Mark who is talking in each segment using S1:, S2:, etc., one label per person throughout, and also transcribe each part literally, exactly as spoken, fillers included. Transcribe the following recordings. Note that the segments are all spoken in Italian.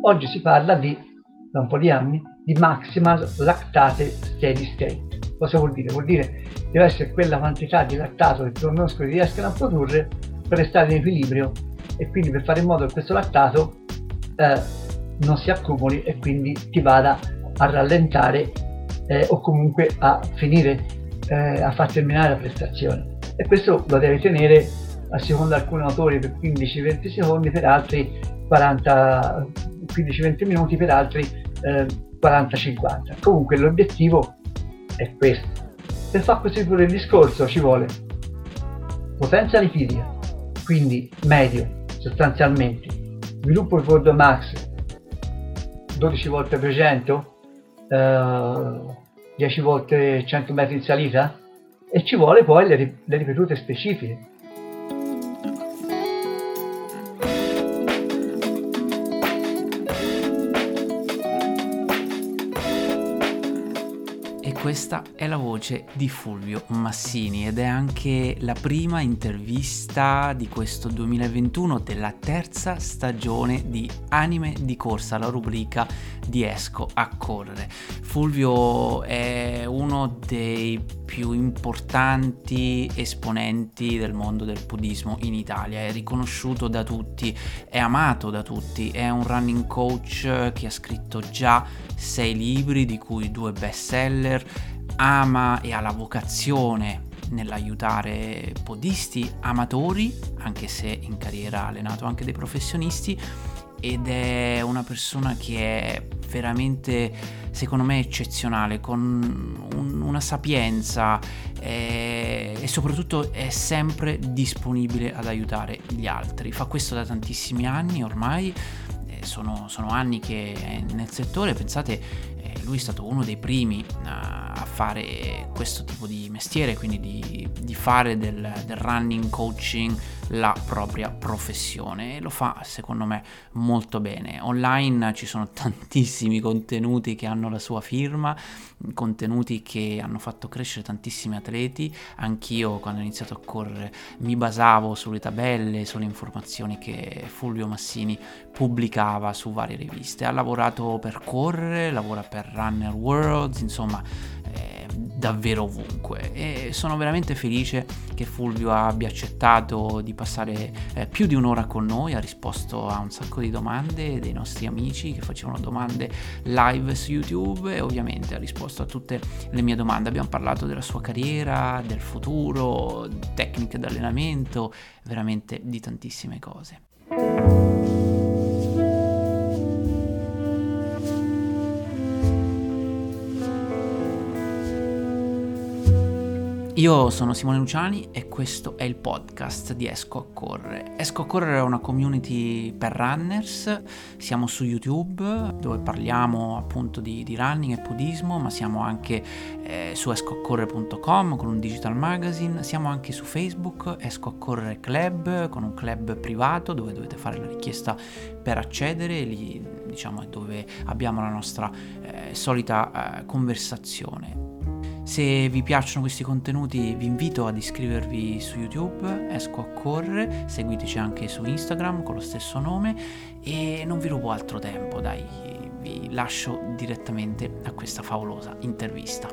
S1: Oggi si parla di, da un po' di anni, di maximal lactate steady state. Cosa vuol dire? Vuol dire che deve essere quella quantità di lattato che i tuoi muscoli riescono a produrre per restare in equilibrio, e quindi per fare in modo che questo lattato eh, non si accumuli e quindi ti vada a rallentare eh, o comunque a finire, eh, a far terminare la prestazione. E questo lo deve tenere, a seconda di alcuni autori, per quindici venti secondi, per altri quaranta, quindici venti minuti, per altri eh, quaranta cinquanta. Comunque l'obiettivo è questo. Per fare questo tipo di discorso ci vuole potenza lipidica, quindi medio sostanzialmente, sviluppo di World Max dodici volte per cento, eh, dieci volte cento metri in salita, e ci vuole poi le, le ripetute specifiche.
S2: Questa è la voce di Fulvio Massini ed è anche la prima intervista di questo duemilaventuno della terza stagione di Anime di Corsa, la rubrica di Esco a Correre. Fulvio è uno dei più importanti esponenti del mondo del podismo in Italia, è riconosciuto da tutti, è amato da tutti, è un running coach che ha scritto già sei libri, di cui due bestseller, ama e ha la vocazione nell'aiutare podisti amatori, anche se in carriera ha allenato anche dei professionisti, ed è una persona che è veramente, secondo me, eccezionale, con un, una sapienza eh, e soprattutto è sempre disponibile ad aiutare gli altri. Fa questo da tantissimi anni ormai, eh, sono, sono anni che è nel settore. Pensate, eh, lui è stato uno dei primi a, a fare questo tipo di mestiere, quindi di, di fare del, del running coaching la propria professione, e lo fa secondo me molto bene. Online ci sono tantissimi contenuti che hanno la sua firma, contenuti che hanno fatto crescere tantissimi atleti. Anch'io, quando ho iniziato a correre, mi basavo sulle tabelle, sulle informazioni che Fulvio Massini pubblicava su varie riviste. Ha lavorato per Correre, lavora per Runner Worlds, insomma eh, davvero ovunque, e sono veramente felice che Fulvio abbia accettato di passare eh, più di un'ora con noi. Ha risposto a un sacco di domande dei nostri amici che facevano domande live su YouTube, e ovviamente ha risposto a tutte le mie domande. Abbiamo parlato della sua carriera, del futuro, tecniche d'allenamento, veramente di tantissime cose. Io sono Simone Luciani e questo è il podcast di Esco a Correre. Esco a Correre è una community per runners. Siamo su YouTube, dove parliamo appunto di, di running e podismo, ma siamo anche eh, su esco a correre punto com con un digital magazine. Siamo anche su Facebook, Esco a Correre Club, con un club privato dove dovete fare la richiesta per accedere. Lì, diciamo, è dove abbiamo la nostra eh, solita eh, conversazione. Se vi piacciono questi contenuti vi invito ad iscrivervi su YouTube, Esco a Correre, seguiteci anche su Instagram con lo stesso nome, e non vi rubo altro tempo, dai, vi lascio direttamente a questa favolosa intervista.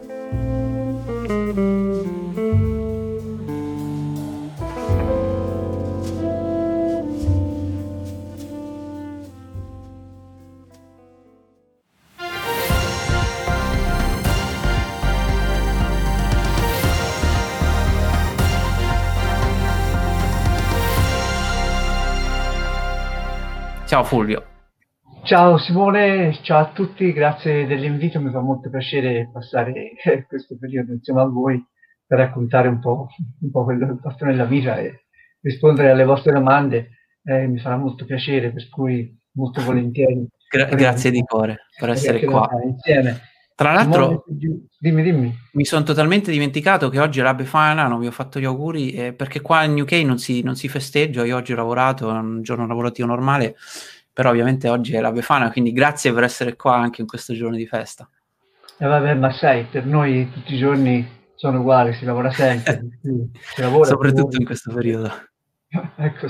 S2: Ciao Fulvio.
S1: Ciao Simone, ciao a tutti, grazie dell'invito, mi fa molto piacere passare questo periodo insieme a voi per raccontare un po', un po' quello che ho fatto nella vita e rispondere alle vostre domande. Eh, mi farà molto piacere, per cui molto volentieri.
S2: Gra- grazie di cuore per essere qua
S1: insieme.
S2: Tra l'altro,
S1: Simone, dimmi, dimmi.
S2: Mi sono totalmente dimenticato che oggi è la Befana, non vi ho fatto gli auguri, eh, perché qua in U K non si, non si festeggia. Io oggi ho lavorato, è un giorno lavorativo normale, però ovviamente oggi è la Befana, quindi grazie per essere qua anche in questo giorno di festa.
S1: Eh vabbè, ma sai, per noi tutti i giorni sono uguali, si lavora sempre, si lavora,
S2: soprattutto
S1: si
S2: in questo periodo.
S1: È così.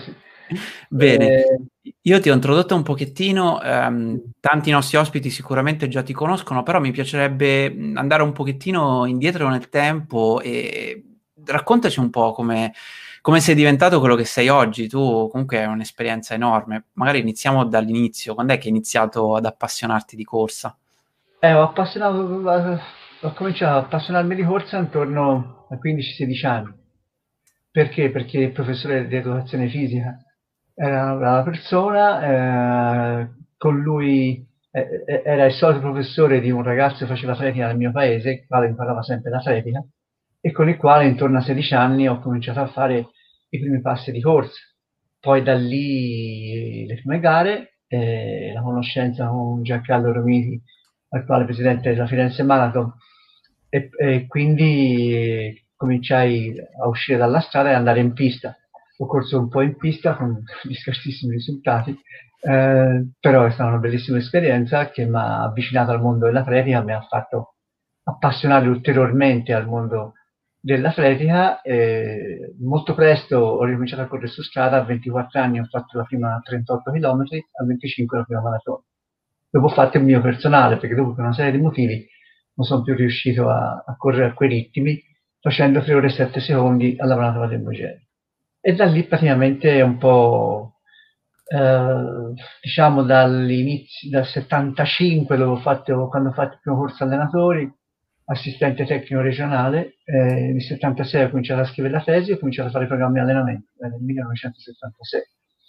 S2: Bene,
S1: Eh,
S2: io ti ho introdotto un pochettino, ehm, tanti nostri ospiti sicuramente già ti conoscono, però mi piacerebbe mh, andare un pochettino indietro nel tempo e raccontaci un po' come, come sei diventato quello che sei oggi. Tu comunque hai un'esperienza enorme, magari iniziamo dall'inizio. Quando è che hai iniziato ad appassionarti di corsa?
S1: Eh, ho appassionato, ho cominciato ad appassionarmi di corsa intorno a quindici sedici anni. Perché? Perché il professore di educazione fisica era una brava persona, eh, con lui eh, eh, era il solito professore di un ragazzo che faceva atletica nel mio paese, il quale mi parlava sempre d'atletica, e con il quale intorno a sedici anni ho cominciato a fare i primi passi di corsa. Poi da lì le prime gare, eh, la conoscenza con Giancarlo Romiti, attuale presidente della Firenze Marathon, e, e quindi cominciai a uscire dalla strada e andare in pista. Ho corso un po' in pista con gli scarsissimi risultati, eh, però è stata una bellissima esperienza che mi ha avvicinato al mondo dell'atletica, mi ha fatto appassionare ulteriormente al mondo dell'atletica. E molto presto ho ricominciato a correre su strada, a ventiquattro anni ho fatto la prima trentotto chilometri, a venticinque la prima maratona. Dopo ho fatto il mio personale, perché dopo per una serie di motivi non sono più riuscito a, a correre a quei ritmi, facendo tre ore e sette secondi alla maratona del Mugello. E da lì praticamente un po', eh, diciamo dall'inizio, dal settantacinque, dove ho fatto, quando ho fatto il primo corso allenatori, assistente tecnico regionale, eh, nel settantasei ho cominciato a scrivere la tesi e ho cominciato a fare programmi di allenamento, nel millenovecentosettantasei.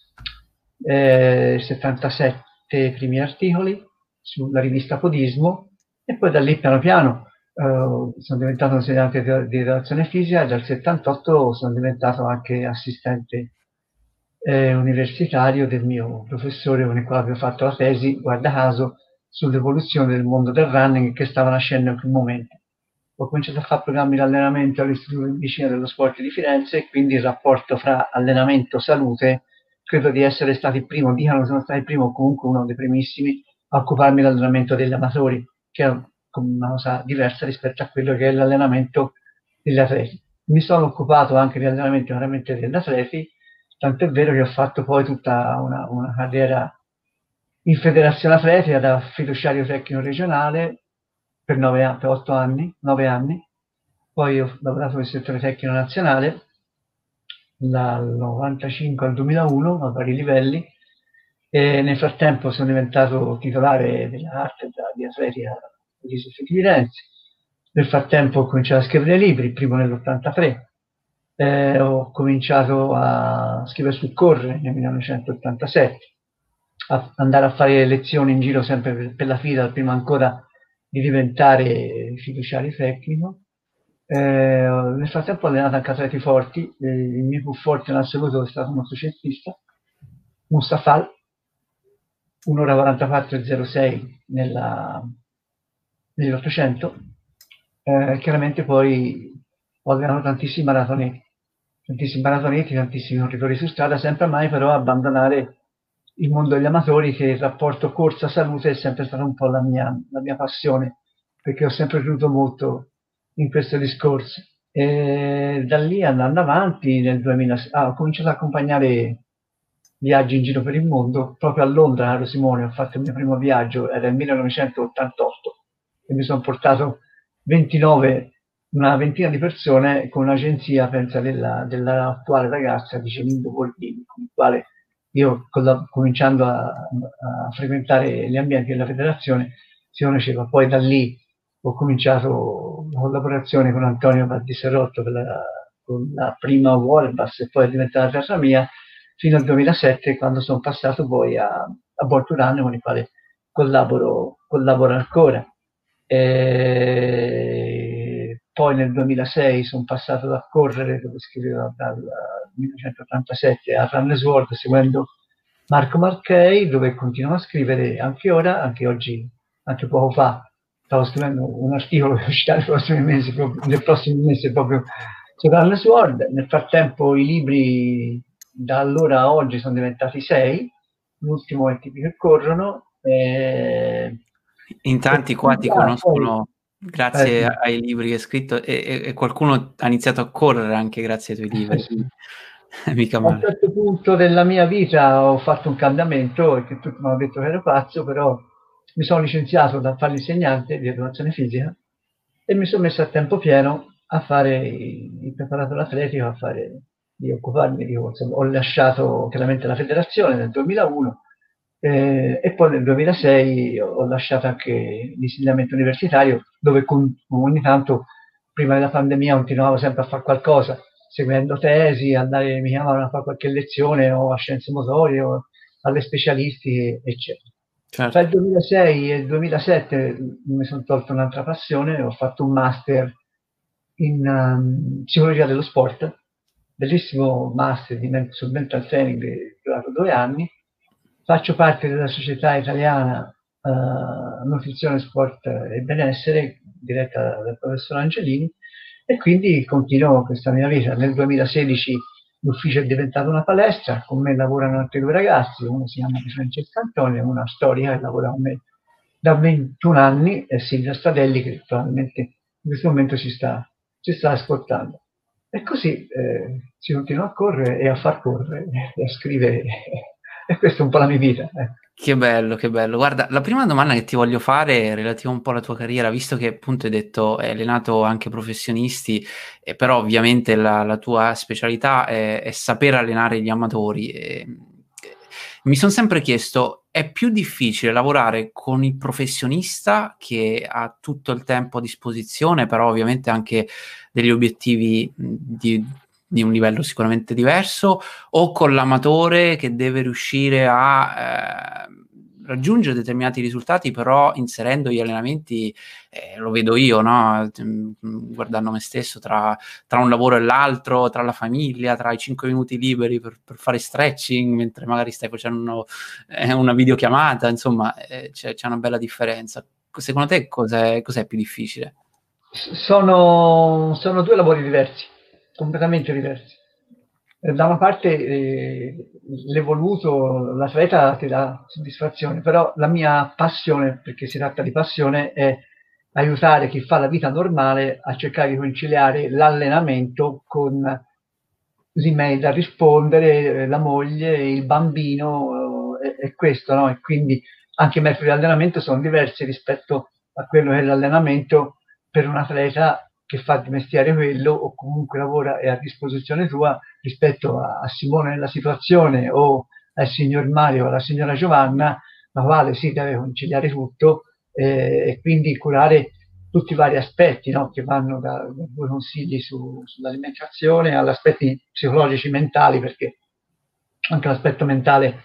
S1: Eh, settantasette i primi articoli sulla rivista Podismo e poi da lì piano piano eh, sono diventato insegnante di, di educazione fisica e dal settantotto sono diventato anche assistente eh, universitario del mio professore con il quale abbiamo fatto la tesi, guarda caso, sull'evoluzione del mondo del running che stava nascendo in quel momento. Ho cominciato a fare programmi di allenamento all'Istituto di Medicina dello Sport di Firenze e quindi il rapporto fra allenamento e salute credo di essere stato il primo, dicano che sono stato il primo o comunque uno dei primissimi a occuparmi dell'allenamento degli amatori, che è una cosa diversa rispetto a quello che è l'allenamento degli atleti. Mi sono occupato anche di allenamento veramente degli atleti, tanto è vero che ho fatto poi tutta una, una carriera in federazione atletica da fiduciario tecnico regionale per, nove, per otto anni, nove anni, poi ho lavorato nel settore tecnico nazionale dal novantacinque al duemilauno a vari livelli e nel frattempo sono diventato titolare della cattedra di atletica dell'Istituto di Firenze. Nel frattempo ho cominciato a scrivere libri, il primo nell'ottantatré, eh, ho cominciato a scrivere su Corre nel millenovecentottantasette, a andare a fare lezioni in giro sempre per, per la FIDAL, prima ancora di diventare fiduciario tecnico. Eh, nel frattempo ho allenato anche atleti forti, eh, il mio più forte in assoluto è stato un motociclista, Mustafa, un'ora quarantaquattro e zero sei nella, nell'Ottocento. Eh, chiaramente poi ho allenato tantissimi maratonetti, tantissimi maratonetti, tantissimi corridori su strada, sempre mai però abbandonare il mondo degli amatori, che il rapporto corsa-salute è sempre stata un po' la mia, la mia passione, perché ho sempre creduto molto in questo discorso. E da lì andando avanti, nel duemila, ah, ho cominciato ad accompagnare viaggi in giro per il mondo. Proprio a Londra, caro Simone, ho fatto il mio primo viaggio, era il millenovecentottantotto, e mi sono portato ventinove, una ventina di persone con un'agenzia, pensa, della, dell'attuale ragazza di Celindo Bordini, con il quale io, cominciando a, a frequentare gli ambienti della federazione, si conosceva. Poi da lì ho cominciato la collaborazione con Antonio Valdiserotto per la, con la prima Wallbus e poi è diventata terra mia, fino al duemilasette, quando sono passato poi a, a Borturano, con il quale collaboro, collaboro ancora. E poi nel duemilasei sono passato da correre, dove scrivevo dal millenovecentottantasette a Runner's World, seguendo Marco Marchei, dove continuo a scrivere anche ora, anche oggi, anche poco fa. Stavo scrivendo un articolo che uscirà nei prossimi mesi, proprio, nel prossimo mese proprio su Runner's World. Nel frattempo i libri da allora a oggi sono diventati sei, l'ultimo è Tipi che corrono. E,
S2: In tanti qua ti
S1: ah, poi,
S2: conoscono
S1: eh,
S2: grazie
S1: sì,
S2: ai libri che hai scritto e, e- e qualcuno ha iniziato a correre anche grazie ai tuoi
S1: eh,
S2: libri.
S1: sì.
S2: Mica
S1: A un
S2: male.
S1: certo punto della mia vita ho fatto un cambiamento e che tutti mi hanno detto che ero pazzo, però mi sono licenziato da fare l'insegnante di educazione fisica e mi sono messo a tempo pieno a fare il preparatore atletico, a fare, di occuparmi di, insomma, ho lasciato chiaramente la federazione nel duemilauno eh, e poi nel duemilasei ho lasciato anche l'insegnamento universitario, dove con, ogni tanto, prima della pandemia, continuavo sempre a fare qualcosa, seguendo tesi, andare, mi chiamavano a fare qualche lezione o a scienze motorie o alle specialisti, eccetera. Tra
S2: Certo.
S1: il duemilasei e il duemilasette mi sono tolto un'altra passione, ho fatto un master in um, psicologia dello sport, bellissimo master di, sul mental training durato due anni. Faccio parte della società italiana uh, Nutrizione, Sport e Benessere, diretta dal professor Angelini, e quindi continuo questa mia vita. Nel duemilasedici l'ufficio è diventato una palestra, con me lavorano altri due ragazzi, uno si chiama Francesco Antonio, una storica che lavora con me da ventuno anni, e Silvia Stradelli, che probabilmente in questo momento ci sta, ci sta ascoltando. E così eh, si continua a correre e a far correre e a scrivere, e questa è un po' la mia vita. Eh.
S2: Che bello, che bello. Guarda, la prima domanda che ti voglio fare è relativa un po' alla tua carriera, visto che appunto hai detto hai allenato anche professionisti, eh, però ovviamente la, la tua specialità è, è saper allenare gli amatori. E, eh, mi sono sempre chiesto, è più difficile lavorare con il professionista che ha tutto il tempo a disposizione, però ovviamente anche degli obiettivi mh, di, di un livello sicuramente diverso, o con l'amatore che deve riuscire a eh, raggiungere determinati risultati, però inserendo gli allenamenti, eh, lo vedo io, no? Guardando me stesso, tra, tra un lavoro e l'altro, tra la famiglia, tra i cinque minuti liberi per, per fare stretching, mentre magari stai facendo eh, una videochiamata, insomma, eh, c'è, c'è una bella differenza. Secondo te cos'è, cos'è più difficile?
S1: Sono, sono due lavori diversi, completamente diversi. Da una parte eh, l'evoluto, l'atleta ti dà soddisfazione, però la mia passione, perché si tratta di passione, è aiutare chi fa la vita normale a cercare di conciliare l'allenamento con l'email da rispondere, la moglie, il bambino, eh, e questo, no? E quindi anche i metodi di allenamento sono diversi rispetto a quello che è l'allenamento per un atleta che fa di mestiere quello o comunque lavora e è a disposizione tua rispetto a, a Simone nella situazione o al signor Mario o alla signora Giovanna, la quale si deve conciliare tutto eh, e quindi curare tutti i vari aspetti, no? Che vanno da, da due consigli su, sull'alimentazione agli aspetti psicologici, mentali, perché anche l'aspetto mentale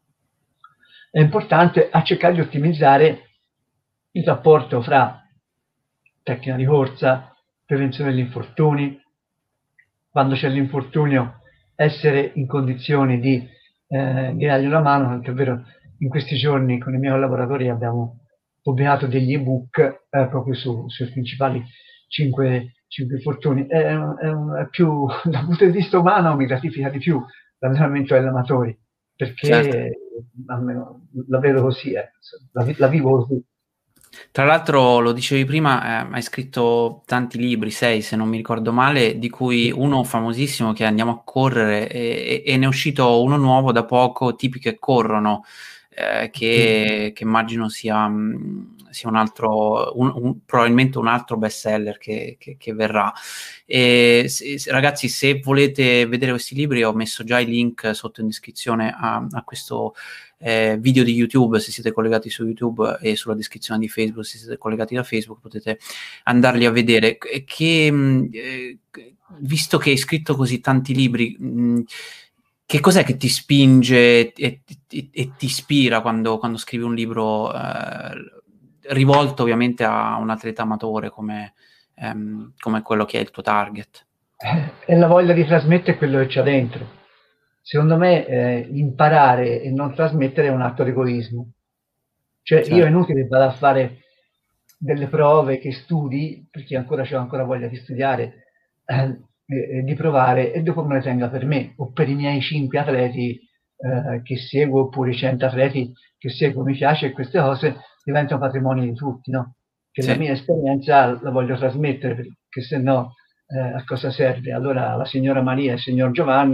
S1: è importante, a cercare di ottimizzare il rapporto fra tecnica di corsa, prevenzione degli infortuni, quando c'è l'infortunio essere in condizioni di, eh, di dargli una mano, anche è vero, in questi giorni con i miei collaboratori abbiamo pubblicato degli ebook eh, proprio su, sui principali cinque, cinque infortuni. È, è, è più, dal punto di vista umano mi gratifica di più l'allenamento degli amatori,
S2: Certo.
S1: perché almeno la vedo così, eh, la, la vivo così.
S2: Tra l'altro, lo dicevi prima, eh, hai scritto tanti libri, sei se non mi ricordo male, di cui uno famosissimo che è Andiamo a correre, e, e ne è uscito uno nuovo da poco, Tipi che corrono, eh, che, che immagino sia, mh, sia un altro, un, un, probabilmente un altro bestseller che, che, che verrà. E, se, ragazzi, se volete vedere questi libri, ho messo già i link sotto in descrizione a, a questo Eh, video di YouTube, se siete collegati su YouTube, e sulla descrizione di Facebook, se siete collegati da Facebook, potete andarli a vedere. Che, eh, visto che hai scritto così tanti libri, mh, che cos'è che ti spinge e, e, e ti ispira quando, quando scrivi un libro eh, rivolto ovviamente a un atleta amatore come, ehm, come quello che è il tuo target?
S1: È la voglia di trasmettere quello che c'è dentro. Secondo me eh, imparare e non trasmettere è un atto di egoismo. Cioè io è
S2: Certo.
S1: inutile che vada a fare delle prove, che studi, perché ancora ho ancora voglia di studiare, eh, eh, di provare, e dopo me le tenga per me o per i miei cinque atleti eh, che seguo, oppure i cento atleti che seguo. Mi piace, e queste cose diventano patrimonio di tutti, no? Che la
S2: Sì.
S1: mia esperienza la voglio trasmettere, perché se no eh, a cosa serve? Allora la signora Maria e il signor Giovanni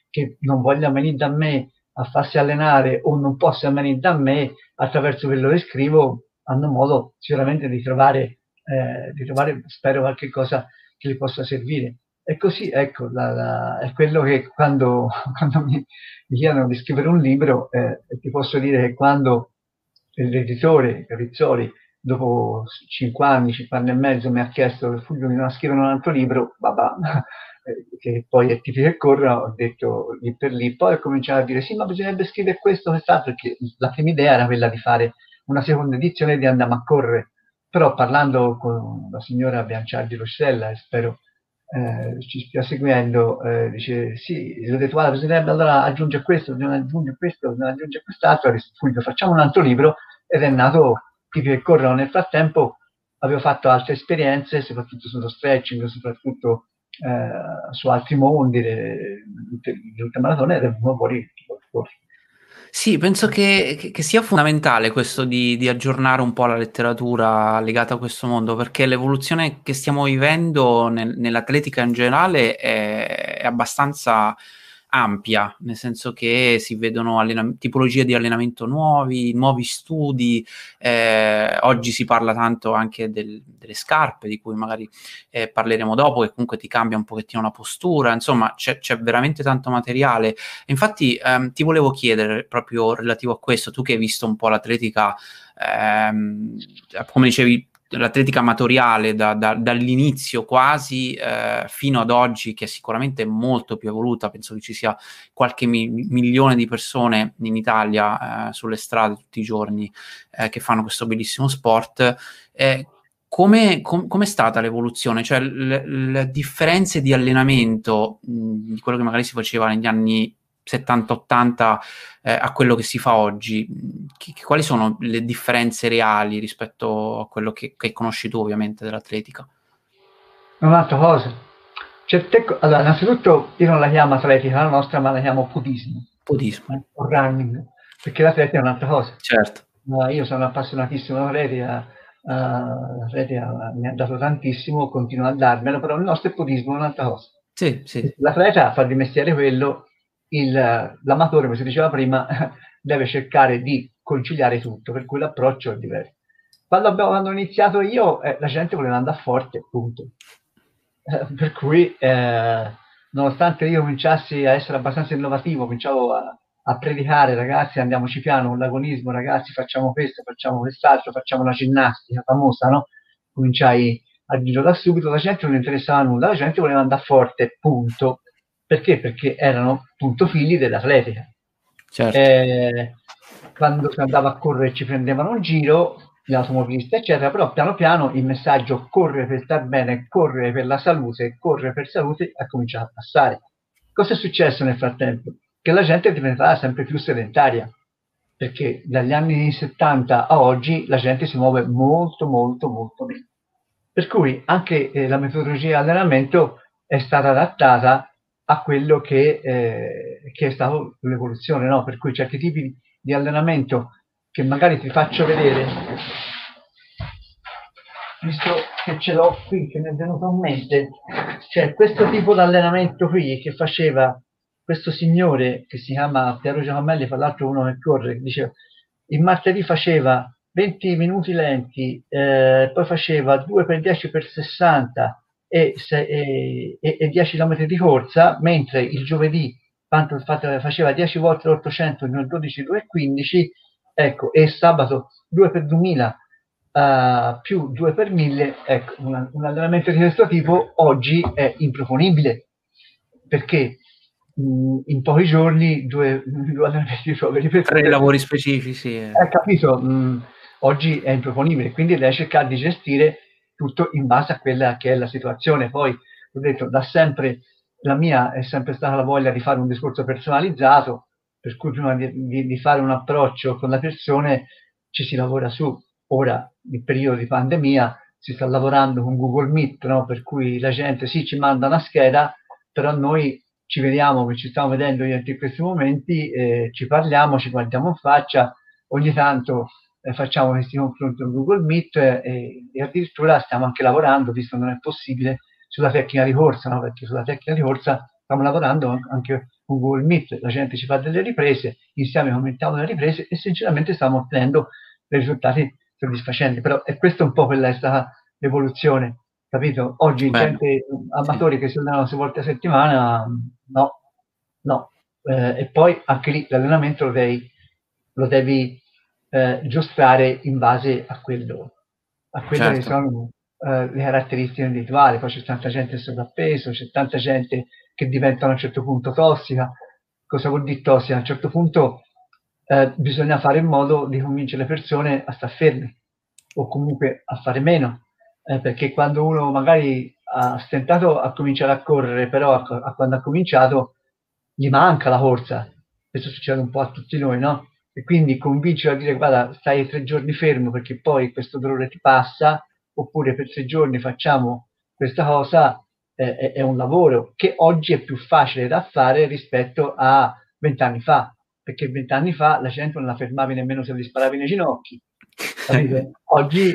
S1: che non voglia venire da me a farsi allenare o non possa venire da me, attraverso quello che scrivo hanno modo sicuramente di trovare, eh, di trovare, spero, qualche cosa che gli possa servire. E così, ecco, la, la, è quello che quando, quando mi, mi chiedono di scrivere un libro, eh, ti posso dire che quando l'editore Rizzoli, dopo cinque anni, cinque anni e mezzo, mi ha chiesto che Fulvio mi va a scrivere un altro libro, babà, che poi è tipico che corra, ho detto lì per lì, poi ho cominciato a dire sì, ma bisognerebbe scrivere questo, quest'altro, perché la prima idea era quella di fare una seconda edizione e di andare a correre, però parlando con la signora Bianciardi Rossella, e spero eh, ci stia seguendo, eh, dice sì, gli ho detto guarda, bisognerebbe allora aggiungere questo, bisogna aggiungere questo, bisogna aggiungere quest'altro, Fulvio, facciamo un altro libro, ed è nato Tipi che corrono. Nel frattempo avevo fatto altre esperienze, soprattutto sullo stretching, soprattutto eh, su altri mondi, le, le ultramaratone, ed è venuto fuori il corso.
S2: Sì, penso che, che sia fondamentale questo di, di aggiornare un po' la letteratura legata a questo mondo, perché l'evoluzione che stiamo vivendo nel, nell'atletica in generale è, è abbastanza ampia, nel senso che si vedono allenam- tipologie di allenamento nuovi, nuovi studi, eh, oggi si parla tanto anche del, delle scarpe, di cui magari eh, parleremo dopo, che comunque ti cambia un pochettino la postura, insomma c'è, c'è veramente tanto materiale. Infatti ehm, ti volevo chiedere proprio relativo a questo, tu che hai visto un po' l'atletica, ehm, come dicevi, l'atletica amatoriale da, da, dall'inizio quasi eh, fino ad oggi, che sicuramente è molto più evoluta, penso che ci sia qualche mi- milione di persone in Italia eh, sulle strade tutti i giorni eh, che fanno questo bellissimo sport. Eh, come com, è stata l'evoluzione? Cioè le, le differenze di allenamento mh, di quello che magari si faceva negli anni settanta ottanta eh, a quello che si fa oggi, che, che, quali sono le differenze reali rispetto a quello che, che conosci tu ovviamente dell'atletica?
S1: Un'altra cosa, certe co- allora, innanzitutto io non la chiamo atletica la nostra, ma la chiamo podismo,
S2: Podismo.
S1: eh, o running, perché l'atletica è un'altra cosa.
S2: Certo.
S1: Uh, io sono appassionatissimo dell'atletica, uh, l'atletica mi ha dato tantissimo, continua a darmelo, però il nostro è podismo, è un'altra cosa.
S2: Sì, sì.
S1: L'atleta fa di mestiere quello, il, l'amatore, come si diceva prima, deve cercare di conciliare tutto, per cui l'approccio è diverso. Quando, abbiamo, quando ho iniziato io, eh, la gente voleva andare forte, appunto. Eh, per cui, eh, nonostante io cominciassi a essere abbastanza innovativo, cominciavo a, a predicare, ragazzi, andiamoci piano, con l'agonismo, ragazzi, facciamo questo, facciamo quest'altro, facciamo la ginnastica famosa, no? Cominciai a dirlo da subito, la gente non interessava nulla, la gente voleva andare forte, punto. Perché? Perché erano, appunto, figli dell'atletica.
S2: Certo.
S1: Eh, quando si andava a correre ci prendevano in giro, gli automobilisti, eccetera, però piano piano il messaggio correre per star bene, correre per la salute, correre per salute ha cominciato a passare. Cosa è successo nel frattempo? Che la gente è diventata sempre più sedentaria, perché dagli anni settanta a oggi la gente si muove molto, molto, molto meno. Per cui anche eh, la metodologia di allenamento è stata adattata a quello che, eh, che è stato l'evoluzione, no? Per cui certi tipi di, di allenamento che magari ti faccio vedere, visto che ce l'ho qui, che mi è venuto in mente, cioè questo tipo di allenamento qui che faceva questo signore che si chiama Piero Giacomelli, fra l'altro uno che corre, che diceva il martedì faceva venti minuti lenti, eh, poi faceva due per dieci per sessanta e, e, e dieci chilometri di corsa, mentre il giovedì faceva dieci volte l'ottocento, dodici, due e quindici, ecco, e sabato due per duemila uh, più due per mille, ecco, un, un allenamento di questo tipo oggi è improponibile, perché mh, in pochi giorni due, due allenamenti di per
S2: Tre lavori specifici. Eh.
S1: Hai capito? Mh, oggi è improponibile, quindi devi cercare di gestire tutto in base a quella che è la situazione. Poi, ho detto, da sempre, la mia è sempre stata la voglia di fare un discorso personalizzato, per cui prima di, di, di fare un approccio con le persone ci si lavora su. Ora, nel periodo di pandemia, si sta lavorando con Google Meet, no? Per cui la gente sì ci manda una scheda, però noi ci vediamo, che ci stiamo vedendo io in questi momenti, eh, ci parliamo, ci guardiamo in faccia, ogni tanto eh, facciamo questi confronti con Google Meet eh, e addirittura stiamo anche lavorando, visto che non è possibile, sulla tecnica di corsa, no? Perché sulla tecnica di corsa stiamo lavorando anche con Google Meet, la gente ci fa delle riprese, insieme commentiamo le riprese e sinceramente stiamo ottenendo dei risultati soddisfacenti, però è questa un po' quella è stata l'evoluzione, capito? Oggi
S2: Beh,
S1: gente, amatori
S2: sì.
S1: che si allenano sei volte a settimana, no, no. Eh, e poi anche lì l'allenamento lo devi, lo devi eh, giostrare in base a quello, a quelle che
S2: Certo.
S1: sono eh, le caratteristiche individuali. Poi c'è tanta gente sovrappeso, c'è tanta gente che diventa a un certo punto tossica. Cosa vuol dire tossica? A un certo punto eh, bisogna fare in modo di convincere le persone a star ferme o comunque a fare meno, eh, perché quando uno magari ha stentato a cominciare a correre, però a, a quando ha cominciato gli manca la corsa. Questo succede un po' a tutti noi, no? E quindi convincere a dire guarda, stai tre giorni fermo perché poi questo dolore ti passa, oppure per tre giorni facciamo questa cosa, eh, è, è un lavoro che oggi è più facile da fare rispetto a vent'anni fa, perché vent'anni fa la gente non la fermavi nemmeno se gli sparavi nei ginocchi. Capite? Oggi,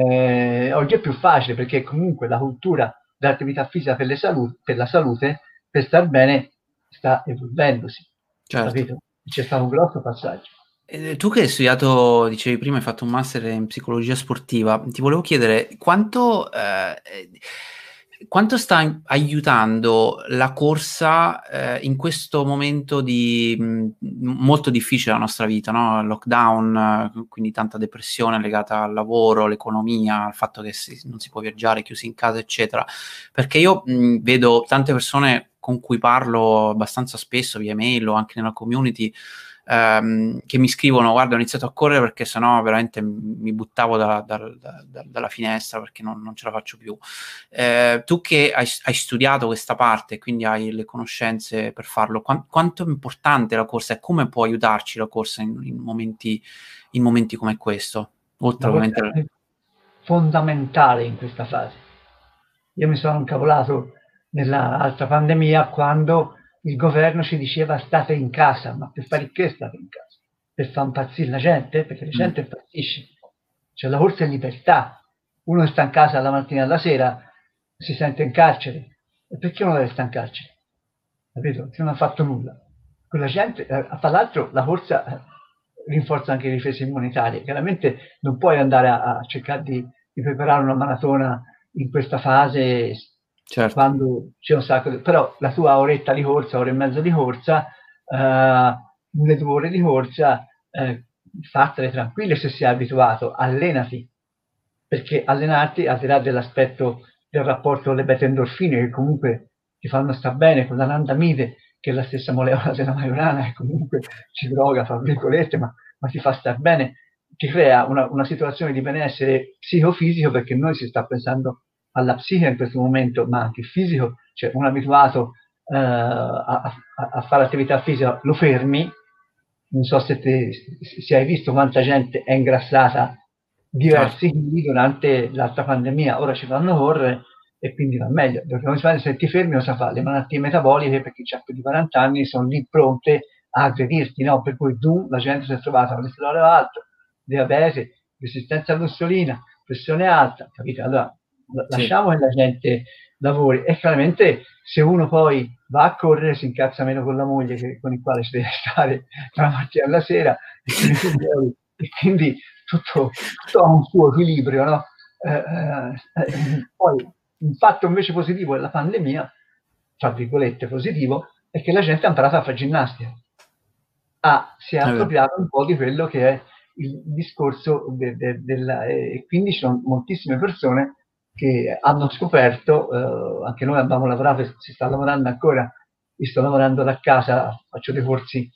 S1: eh, oggi è più facile perché comunque la cultura dell'attività fisica per, le salu- per la salute, per star bene, sta evolvendosi.
S2: Certo.
S1: Capito? C'è stato un grosso passaggio.
S2: Eh, Tu che hai studiato, dicevi prima, hai fatto un master in psicologia sportiva, ti volevo chiedere quanto, eh, eh, quanto sta aiutando la corsa, eh, in questo momento di mh, molto difficile della nostra vita, no? Lockdown, eh, quindi tanta depressione legata al lavoro, all'economia, al fatto che si- non si può viaggiare, chiusi in casa, eccetera. Perché io mh, vedo tante persone con cui parlo abbastanza spesso via email o anche nella community, ehm, che mi scrivono guarda ho iniziato a correre perché sennò veramente mi buttavo da, da, da, da, dalla finestra perché non, non ce la faccio più. Eh, tu che hai, hai studiato questa parte quindi hai le conoscenze per farlo, Qu- quanto è importante la corsa e come può aiutarci la corsa in, in momenti, in momenti come questo, oltre
S1: La corsa
S2: ovviamente
S1: è fondamentale in questa fase. Io mi sono incavolato nell'altra pandemia quando il governo ci diceva state in casa, ma per fare che state in casa? Per far impazzire la gente? Perché la
S2: mm,
S1: gente impazzisce. Cioè la corsa è libertà. Uno sta in casa dalla mattina alla sera, si sente in carcere. E perché uno deve stare in carcere? Capito? Se non ha fatto nulla. Quella gente, eh, tra l'altro la corsa eh, rinforza anche le difese immunitarie. Chiaramente non puoi andare a, a cercare di, di preparare una maratona in questa fase
S2: certo,
S1: quando c'è un sacco di... però la tua oretta di corsa, ora e mezzo di corsa, eh, le due ore di corsa, eh, fatele tranquille se sei abituato, allenati, perché allenarti al di là dell'aspetto del rapporto con le beta-endorfine che comunque ti fanno sta bene, con l'anandamide che è la stessa molecola della maiorana che comunque ci droga, fra virgolette, ma, ma ti fa star bene, ti crea una, una situazione di benessere psicofisico perché noi si sta pensando alla psiche in questo momento, ma anche fisico, cioè un abituato eh, a, a, a, fare attività fisica lo fermi, non so se, te, se hai visto quanta gente è ingrassata
S2: certo,
S1: diversi chili durante l'altra pandemia, ora ci fanno correre e quindi va meglio, perché se ti fermi cosa fa? Le malattie metaboliche per chi ha più di quaranta anni sono lì pronte a aggredirti, no? Per cui tu, la gente si è trovata colesterolo alto, diabete, resistenza all'insulina, pressione alta, capite? Allora
S2: sì,
S1: lasciamo che la gente lavori e chiaramente se uno poi va a correre si incazza meno con la moglie che, con il quale si deve stare dalla mattina alla sera e con i figlioli e quindi tutto, tutto ha un suo equilibrio, no? Eh, eh, poi un fatto invece positivo della pandemia, tra virgolette positivo, è che la gente ha imparato a fare ginnastica, ah, si è
S2: è vero,
S1: appropriato un po' di quello che è il discorso de, de, della, e quindi ci sono moltissime persone che hanno scoperto, eh, anche noi abbiamo lavorato, si sta lavorando ancora, io sto lavorando da casa, faccio dei corsi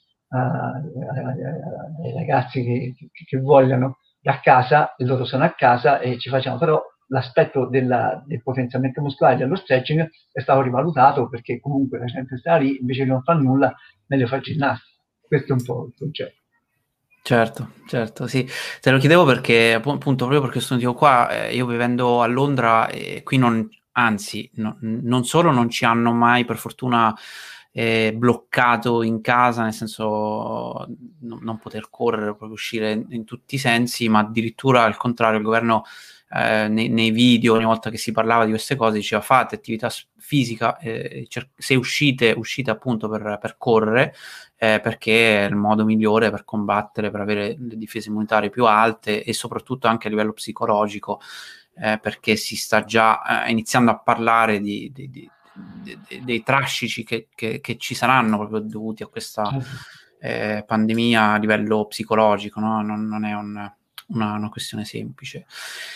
S1: ai ragazzi che, che, che vogliono da casa, e loro sono a casa e ci facciamo, però l'aspetto della, del potenziamento muscolare, dello stretching è stato rivalutato perché comunque la gente sta lì, invece di non fare nulla, meglio fare ginnastica. Questo è un po' il concetto.
S2: certo, certo, sì. Te lo chiedevo perché appunto proprio per questo motivo qua, eh, io vivendo a Londra, eh, qui non, anzi, no- non solo non ci hanno mai per fortuna eh, bloccato in casa, nel senso no, non poter correre, proprio uscire in, in tutti i sensi, ma addirittura al contrario il governo eh, nei, nei video, ogni volta che si parlava di queste cose, diceva fate attività fisica, eh, cer- se uscite, uscite appunto per, per correre, eh, perché è il modo migliore per combattere, per avere le difese immunitarie più alte e soprattutto anche a livello psicologico, eh, perché si sta già eh, iniziando a parlare di, di, di, di, di, dei trascici che, che, che ci saranno proprio dovuti a questa eh, pandemia a livello psicologico, no? Non, non è un, una, una questione semplice.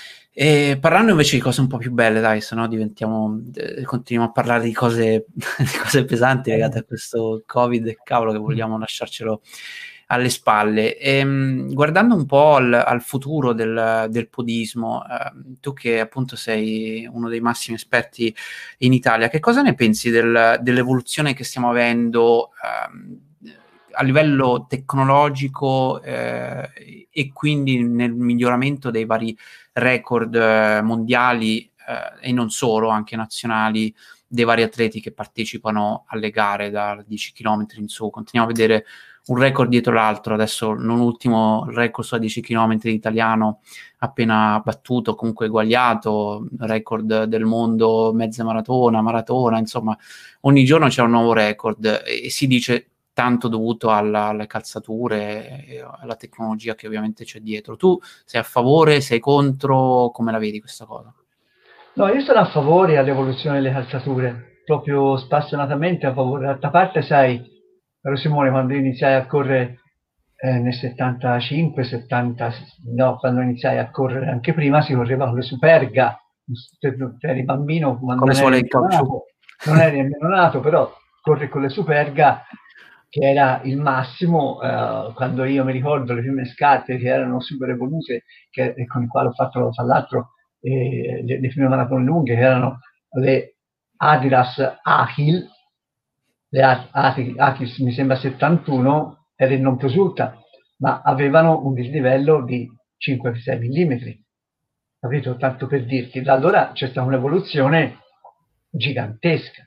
S2: E parlando invece di cose un po' più belle, dai, se no diventiamo, eh, continuiamo a parlare di cose, di cose pesanti legate a questo Covid e cavolo che vogliamo lasciarcelo alle spalle. E, guardando un po' al, al futuro del, del podismo, eh, tu che appunto sei uno dei massimi esperti in Italia, che cosa ne pensi del, dell'evoluzione che stiamo avendo eh, a livello tecnologico eh, e quindi nel miglioramento dei vari record eh, mondiali eh, e non solo, anche nazionali, dei vari atleti che partecipano alle gare da dieci chilometri in su? Continuiamo a vedere un record dietro l'altro, adesso non ultimo il record su dieci chilometri italiano appena battuto, comunque eguagliato, record del mondo mezza maratona, maratona, insomma ogni giorno c'è un nuovo record e si dice tanto dovuto alla, alle calzature e alla tecnologia che ovviamente c'è dietro. Tu sei a favore, sei contro, come la vedi questa cosa?
S1: No, io sono a favore all'evoluzione delle calzature, proprio spassionatamente a favore. D'altra parte, sai, caro Simone, quando io iniziai a correre eh, nel settantacinque, settanta, no, quando iniziai a correre anche prima, si correva con le Superga. Tu eri bambino, quando
S2: Con le
S1: non eri
S2: suole in
S1: nemmeno
S2: caucciù.
S1: nato, non eri nemmeno nato, però corri con le Superga, che era il massimo, eh, quando io mi ricordo le prime scarpe che erano super evolute, che, con le quali ho fatto tra l'altro eh, le, le prime maratone lunghe, che erano le Adidas Achil, le Achil mi sembra settantuno, era il non plus ultra, ma avevano un dislivello di cinque sei millimetri, capito? Tanto per dirti, da allora c'è stata un'evoluzione gigantesca.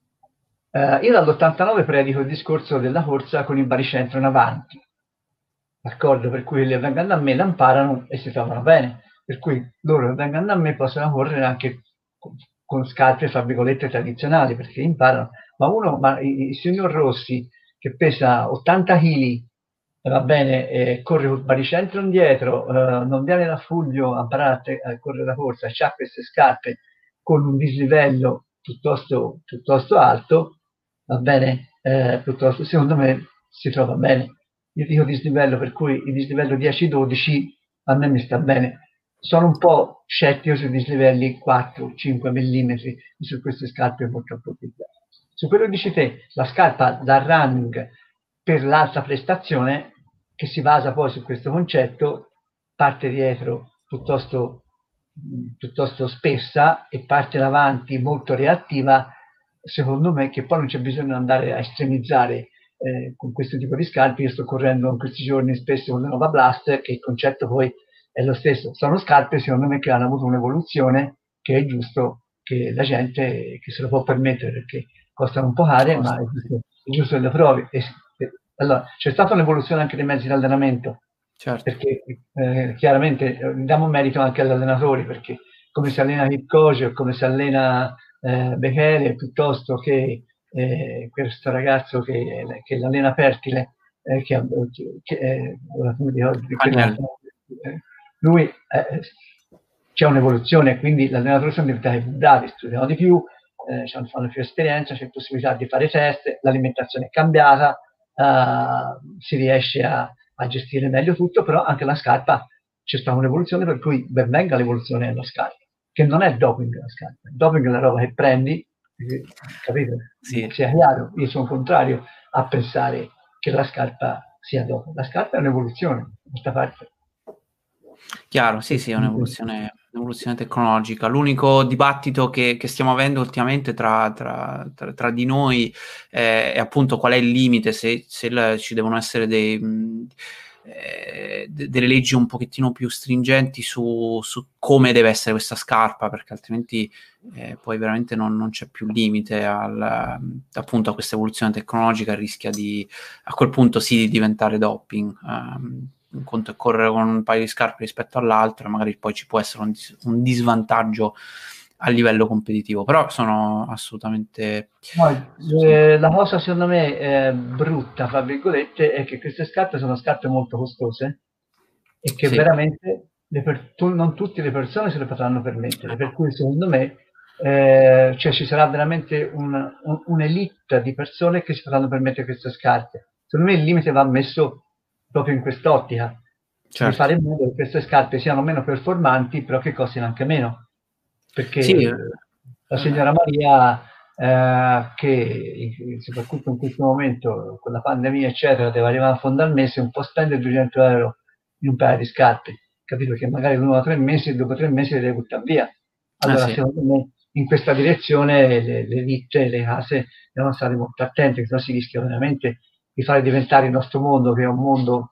S1: Uh, io dall'ottantanove predico il discorso della corsa con il baricentro in avanti, d'accordo? Per cui le vengano a me, la imparano e si trovano bene, per cui loro che vengano da me possono correre anche con, con scarpe, fra virgolette, tradizionali, perché imparano. Ma uno, ma il signor Rossi, che pesa ottanta chili, va bene, eh, corre col baricentro indietro, eh, non viene da Fulvio a imparare a, a correre la corsa, ha queste scarpe con un dislivello piuttosto, piuttosto alto, va bene, eh, piuttosto, secondo me si trova bene. Io dico dislivello, per cui il dislivello dieci dodici a me mi sta bene. Sono un po' scettico sui dislivelli quattro cinque millimetri su queste scarpe molto appropriate. Su quello che dici te, la scarpa da running per l'alta prestazione, che si basa poi su questo concetto, parte dietro piuttosto, piuttosto spessa e parte davanti molto reattiva, secondo me, che poi non c'è bisogno di andare a estremizzare eh, con questo tipo di scarpe. Io sto correndo in questi giorni spesso con le Nova Blast, che il concetto poi è lo stesso. Sono scarpe, secondo me, che hanno avuto un'evoluzione che è giusto che la gente che se lo può permettere, perché costano un po' care, ma è giusto, è giusto che le provi. E, e, allora, c'è stata un'evoluzione anche dei mezzi di allenamento,
S2: certo,
S1: perché eh, chiaramente eh, diamo merito anche agli allenatori, perché come si allena Kipchoge o come si allena eh, Bekele, piuttosto che eh, questo ragazzo che, che l'allena Pertile, eh, che, che, eh, lui eh, c'è un'evoluzione, quindi gli allenatori sono diventati più bravi, studiano di più, eh, fanno più esperienza, c'è possibilità di fare test, l'alimentazione è cambiata, eh, si riesce a, a gestire meglio tutto, però anche la scarpa c'è stata un'evoluzione, per cui ben venga l'evoluzione della scarpa, che non è doping la scarpa, il doping è la roba che prendi, capite?
S2: sì.
S1: Sia chiaro, io sono contrario a pensare che la scarpa sia doping, la scarpa è un'evoluzione, da questa parte.
S2: Chiaro, sì, sì, è un'evoluzione, un'evoluzione tecnologica. L'unico dibattito che, che stiamo avendo ultimamente tra, tra, tra, tra di noi eh, è appunto qual è il limite, se, se la, ci devono essere dei, mh, eh, de- delle leggi un pochettino più stringenti su, su come deve essere questa scarpa, perché altrimenti eh, poi veramente non, non c'è più limite al, appunto a questa evoluzione tecnologica, rischia di a quel punto sì di diventare doping. Um, un conto è correre con un paio di scarpe rispetto all'altro, magari poi ci può essere un, dis- un disvantaggio a livello competitivo, però sono assolutamente...
S1: No,
S2: sono-
S1: eh, la cosa secondo me eh, brutta, fra virgolette, è che queste scarpe sono scarpe molto costose e che
S2: sì,
S1: veramente le per- tu- non tutte le persone se le potranno permettere, per cui secondo me eh, cioè ci sarà veramente un- un- un'elite di persone che si potranno permettere queste scarpe. Secondo me il limite va messo proprio in quest'ottica, di
S2: certo.
S1: fare in modo che queste scarpe siano meno performanti, però che costino anche meno.
S2: Sì, eh,
S1: Perché la signora Maria, eh, che soprattutto in questo momento, con la pandemia, eccetera, deve arrivare a fondo al mese, un po' spende duecento euro in un paio di scarpe, capito? Che magari uno tre mesi e dopo tre mesi le deve buttare via.
S2: ah,
S1: Allora,
S2: sì.
S1: secondo me, in questa direzione le, le ditte, le case devono stare molto attente, se no si rischia veramente di fare diventare il nostro mondo, che è un mondo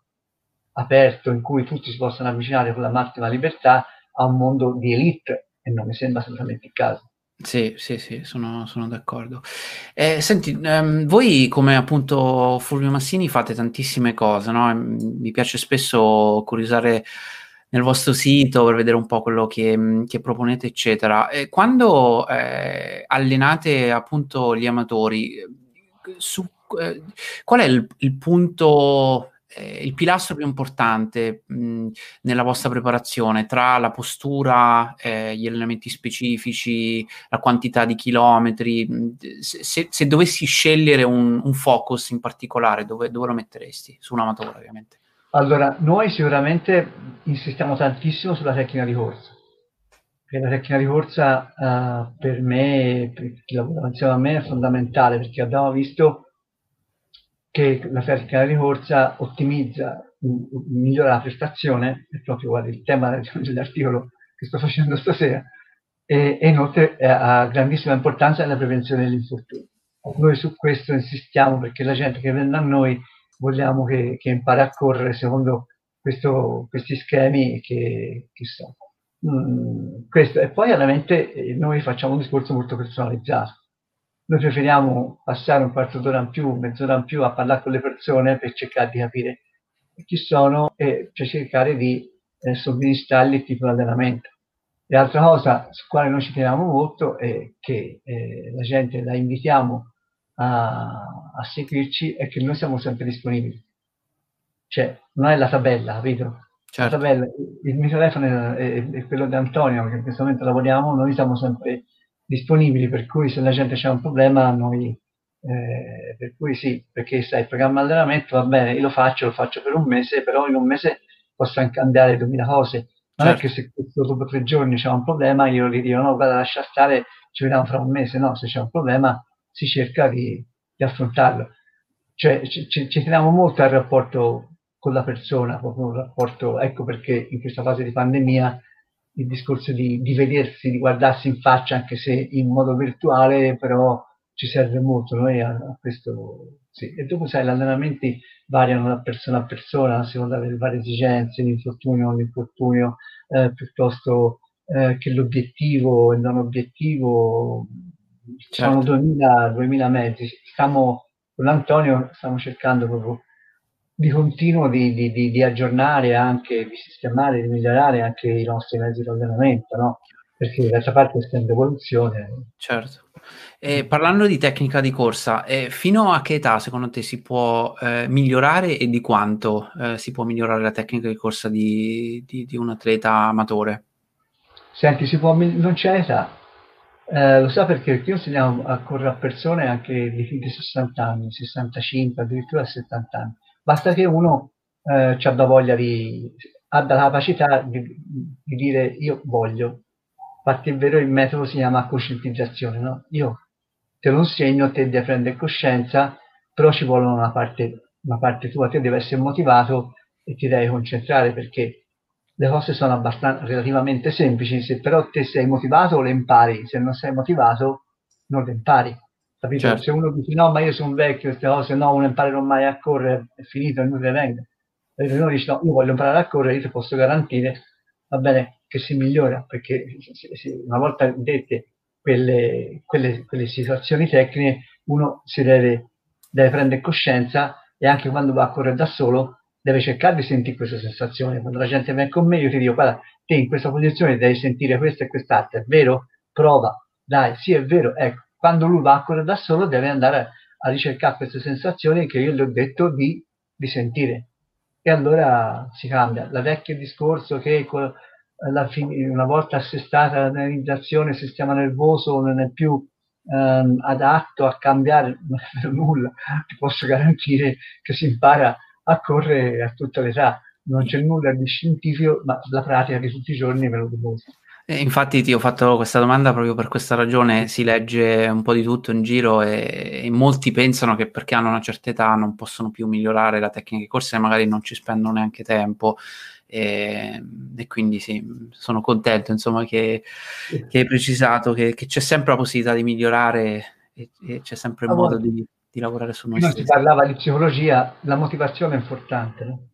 S1: aperto in cui tutti si possono avvicinare con la massima libertà, a un mondo di elite, e non mi sembra assolutamente il caso.
S2: Sì, sì, sì, sono, sono d'accordo. Eh, senti, ehm, voi come appunto Fulvio Massini fate tantissime cose, no? Ehm, Mi piace spesso curiosare nel vostro sito per vedere un po' quello che, che proponete, eccetera. E quando eh, allenate appunto gli amatori, eh, su, eh, qual è il, il punto, eh, il pilastro più importante mh, nella vostra preparazione tra la postura, eh, gli allenamenti specifici, la quantità di chilometri? Se, se- se dovessi scegliere un, un focus in particolare, dove, dove lo metteresti? Su un amatore, ovviamente.
S1: Allora, noi sicuramente insistiamo tantissimo sulla tecnica di corsa, perché la tecnica di corsa eh, per me, per chi lavora insieme a me, è fondamentale, perché abbiamo visto che la tecnica di corsa ottimizza, migliora la prestazione, è proprio guarda, il tema dell'articolo che sto facendo stasera, e, e inoltre ha grandissima importanza nella prevenzione degli infortuni. Noi su questo insistiamo perché la gente che viene da noi vogliamo che, che impari a correre secondo questo, questi schemi che, che sono. Mm, questo. E poi ovviamente eh, noi facciamo un discorso molto personalizzato. Noi preferiamo passare un quarto d'ora in più, mezz'ora in più a parlare con le persone per cercare di capire chi sono e per cercare di eh, somministrargli il tipo di allenamento. E l'altra cosa su quale noi ci teniamo molto è che eh, la gente la invitiamo a, a seguirci e che noi siamo sempre disponibili. Cioè, non è la tabella, capito? La
S2: Certo,
S1: tabella, il mio telefono è, è- è quello di Antonio, che in questo momento lavoriamo, noi siamo sempre disponibili, per cui se la gente c'è un problema, noi, eh, per cui sì, perché sai, il programma di allenamento va bene, io lo faccio, lo faccio per un mese, però in un mese posso anche cambiare duemila cose. Non è che
S2: certo,
S1: se questo dopo tre giorni c'è un problema, io gli dico no, guarda, lascia stare, ci vediamo fra un mese, no, se c'è un problema si cerca di, di affrontarlo. Cioè, ci, ci, ci teniamo molto al rapporto con la persona, proprio un rapporto, ecco perché in questa fase di pandemia il discorso di, di vedersi, di guardarsi in faccia, anche se in modo virtuale, però ci serve molto, noi a, a questo sì. E dopo sai, gli allenamenti variano da persona a persona, a seconda delle varie esigenze, l'infortunio, l'infortunio, eh, piuttosto eh, che l'obiettivo, il non obiettivo, sono
S2: certo.
S1: duemila, duemila mezzi. Stiamo, con Antonio stiamo cercando proprio di continuo di, di, di, di aggiornare anche, di sistemare, di migliorare anche i nostri mezzi di allenamento, no? Perché d'altra parte sta in evoluzione.
S2: Certo. E parlando di tecnica di corsa, eh, fino a che età secondo te si può eh, migliorare e di quanto eh, si può migliorare la tecnica di corsa di, di- di un atleta amatore?
S1: Senti, si può, non c'è età. Eh, lo sa perché? Perché io insegniamo a correre a persone anche di più di sessanta anni, sessantacinque, addirittura settanta anni. Basta che uno eh, ci abbia voglia di, abbia la capacità di, di dire io voglio. Infatti è vero, il metodo si chiama coscientizzazione, no? Io te lo insegno, te devi prendere coscienza, però ci vuole una parte, una parte tua, te devi essere motivato e ti devi concentrare perché le cose sono abbastanza relativamente semplici, se però te sei motivato le impari, se non sei motivato non le impari, capito?
S2: Certo,
S1: Se uno dice no, ma io sono vecchio, queste cose no, non imparerò mai a correre, è finito, è inutile venga. E uno dice no, io voglio imparare a correre, io ti posso garantire, va bene, che si migliora, perché una volta dette quelle, quelle, quelle situazioni tecniche, uno si deve, deve prendere coscienza e anche quando va a correre da solo deve cercare di sentire questa sensazione. Quando la gente viene con me io ti dico guarda, te in questa posizione devi sentire questo e quest'altro, è vero? Prova, dai, sì è vero, ecco, quando lui va a correre da solo deve andare a, a ricercare queste sensazioni che io gli ho detto di, di sentire. E allora si cambia. La vecchio discorso che alla fine, una volta assestata l'analizzazione il sistema nervoso non è più ehm, adatto a cambiare, non è per nulla, ti posso garantire che si impara a correre a tutta l'età, non c'è nulla di scientifico, ma la pratica di tutti i giorni me lo dimostra.
S2: E infatti ti ho fatto questa domanda proprio per questa ragione, si legge un po' di tutto in giro e, e molti pensano che perché hanno una certa età non possono più migliorare la tecnica di corsa e magari non ci spendono neanche tempo e, e quindi sì, sono contento insomma che, che hai precisato che, che c'è sempre la possibilità di migliorare e, e c'è sempre il modo di, di lavorare su noi
S1: Prima si
S2: stessi.
S1: parlava di psicologia, la motivazione è importante, no?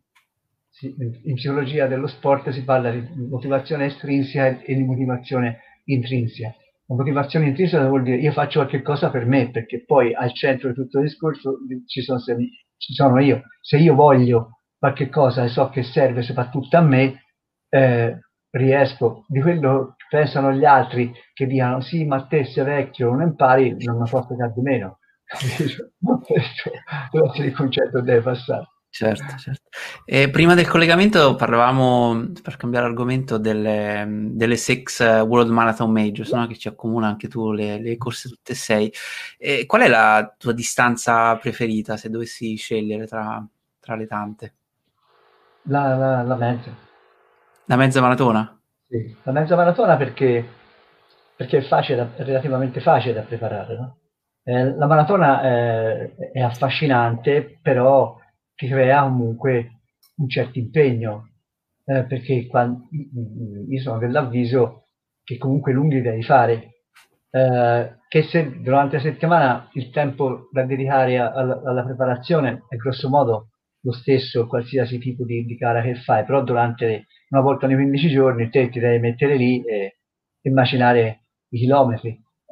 S1: In psicologia dello sport si parla di motivazione estrinseca e di motivazione intrinseca. La motivazione intrinseca vuol dire io faccio qualche cosa per me, perché poi al centro di tutto il discorso ci sono, ci sono io. Se io voglio qualche cosa e so che serve soprattutto a me, eh, riesco. Di quello che pensano gli altri che dicono sì, ma te sei vecchio, non impari, non mi posso fare di meno. Questo deve essere il concetto che deve passare.
S2: Certo, certo. E prima del collegamento parlavamo, per cambiare argomento, delle, delle Six World Marathon Majors, no? Che ci accomuna anche tu, le, le corse tutte e sei. E qual è la tua distanza preferita, se dovessi scegliere tra, tra le tante?
S1: La, la, la mezza.
S2: La mezza maratona?
S1: Sì. La mezza maratona perché, perché è, facile, è relativamente facile da preparare, no? Eh, la maratona eh, è affascinante, però ti crea comunque un certo impegno, eh, perché quando, io sono dell'avviso che comunque lunghi devi fare, eh, che se durante la settimana il tempo da dedicare a, a, alla preparazione è grosso modo lo stesso qualsiasi tipo di, di gara che fai, però durante una volta nei quindici giorni te ti devi mettere lì e immaginare i chilometri,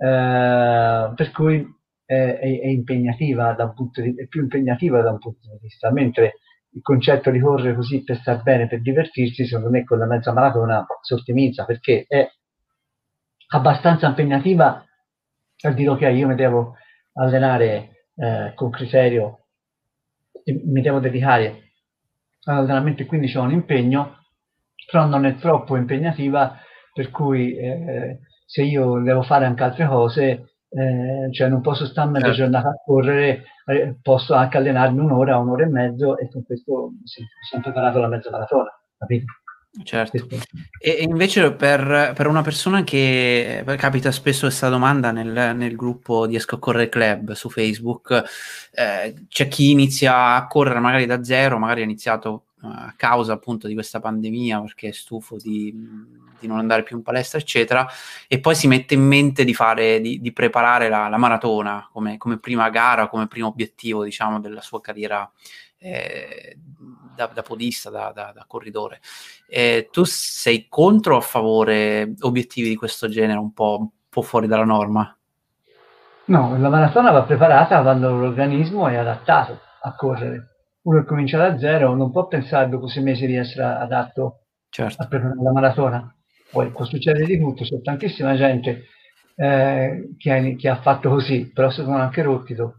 S1: eh, per cui è, è, è impegnativa da un punto di, è più impegnativa da un punto di vista, mentre il concetto di correre così per star bene, per divertirsi, secondo me con la mezza maratona si ottimizza perché è abbastanza impegnativa per dire ok, io mi devo allenare eh, con criterio, mi devo dedicare all'allenamento e quindi c'è un impegno, però non è troppo impegnativa, per cui eh, se io devo fare anche altre cose, eh, cioè non posso stare mezza
S2: Certo.
S1: giornata a correre, eh, posso anche allenarmi un'ora, un'ora e mezzo e con questo mi sono preparato la mezza maratona, capito?
S2: Certo. E e invece per, per una persona che capita spesso questa domanda nel, nel gruppo di Esco a Correre Club su Facebook, eh, c'è chi inizia a correre magari da zero, magari ha iniziato uh, a causa appunto di questa pandemia perché è stufo di, di non andare più in palestra, eccetera, e poi si mette in mente di fare, di, di preparare la, la maratona come, come prima gara, come primo obiettivo, diciamo, della sua carriera eh, da, da podista, da, da, da corridore. Eh, tu sei contro o a favore obiettivi di questo genere un po', un po' fuori dalla norma?
S1: No, la maratona va preparata quando l'organismo è adattato a correre. Uno che comincia da zero non può pensare dopo sei mesi di essere adatto a
S2: Certo.
S1: preparare la maratona. Poi può succedere di tutto, c'è tantissima gente eh, che, ha, che, ha, fatto così, però si sono anche rotti dopo.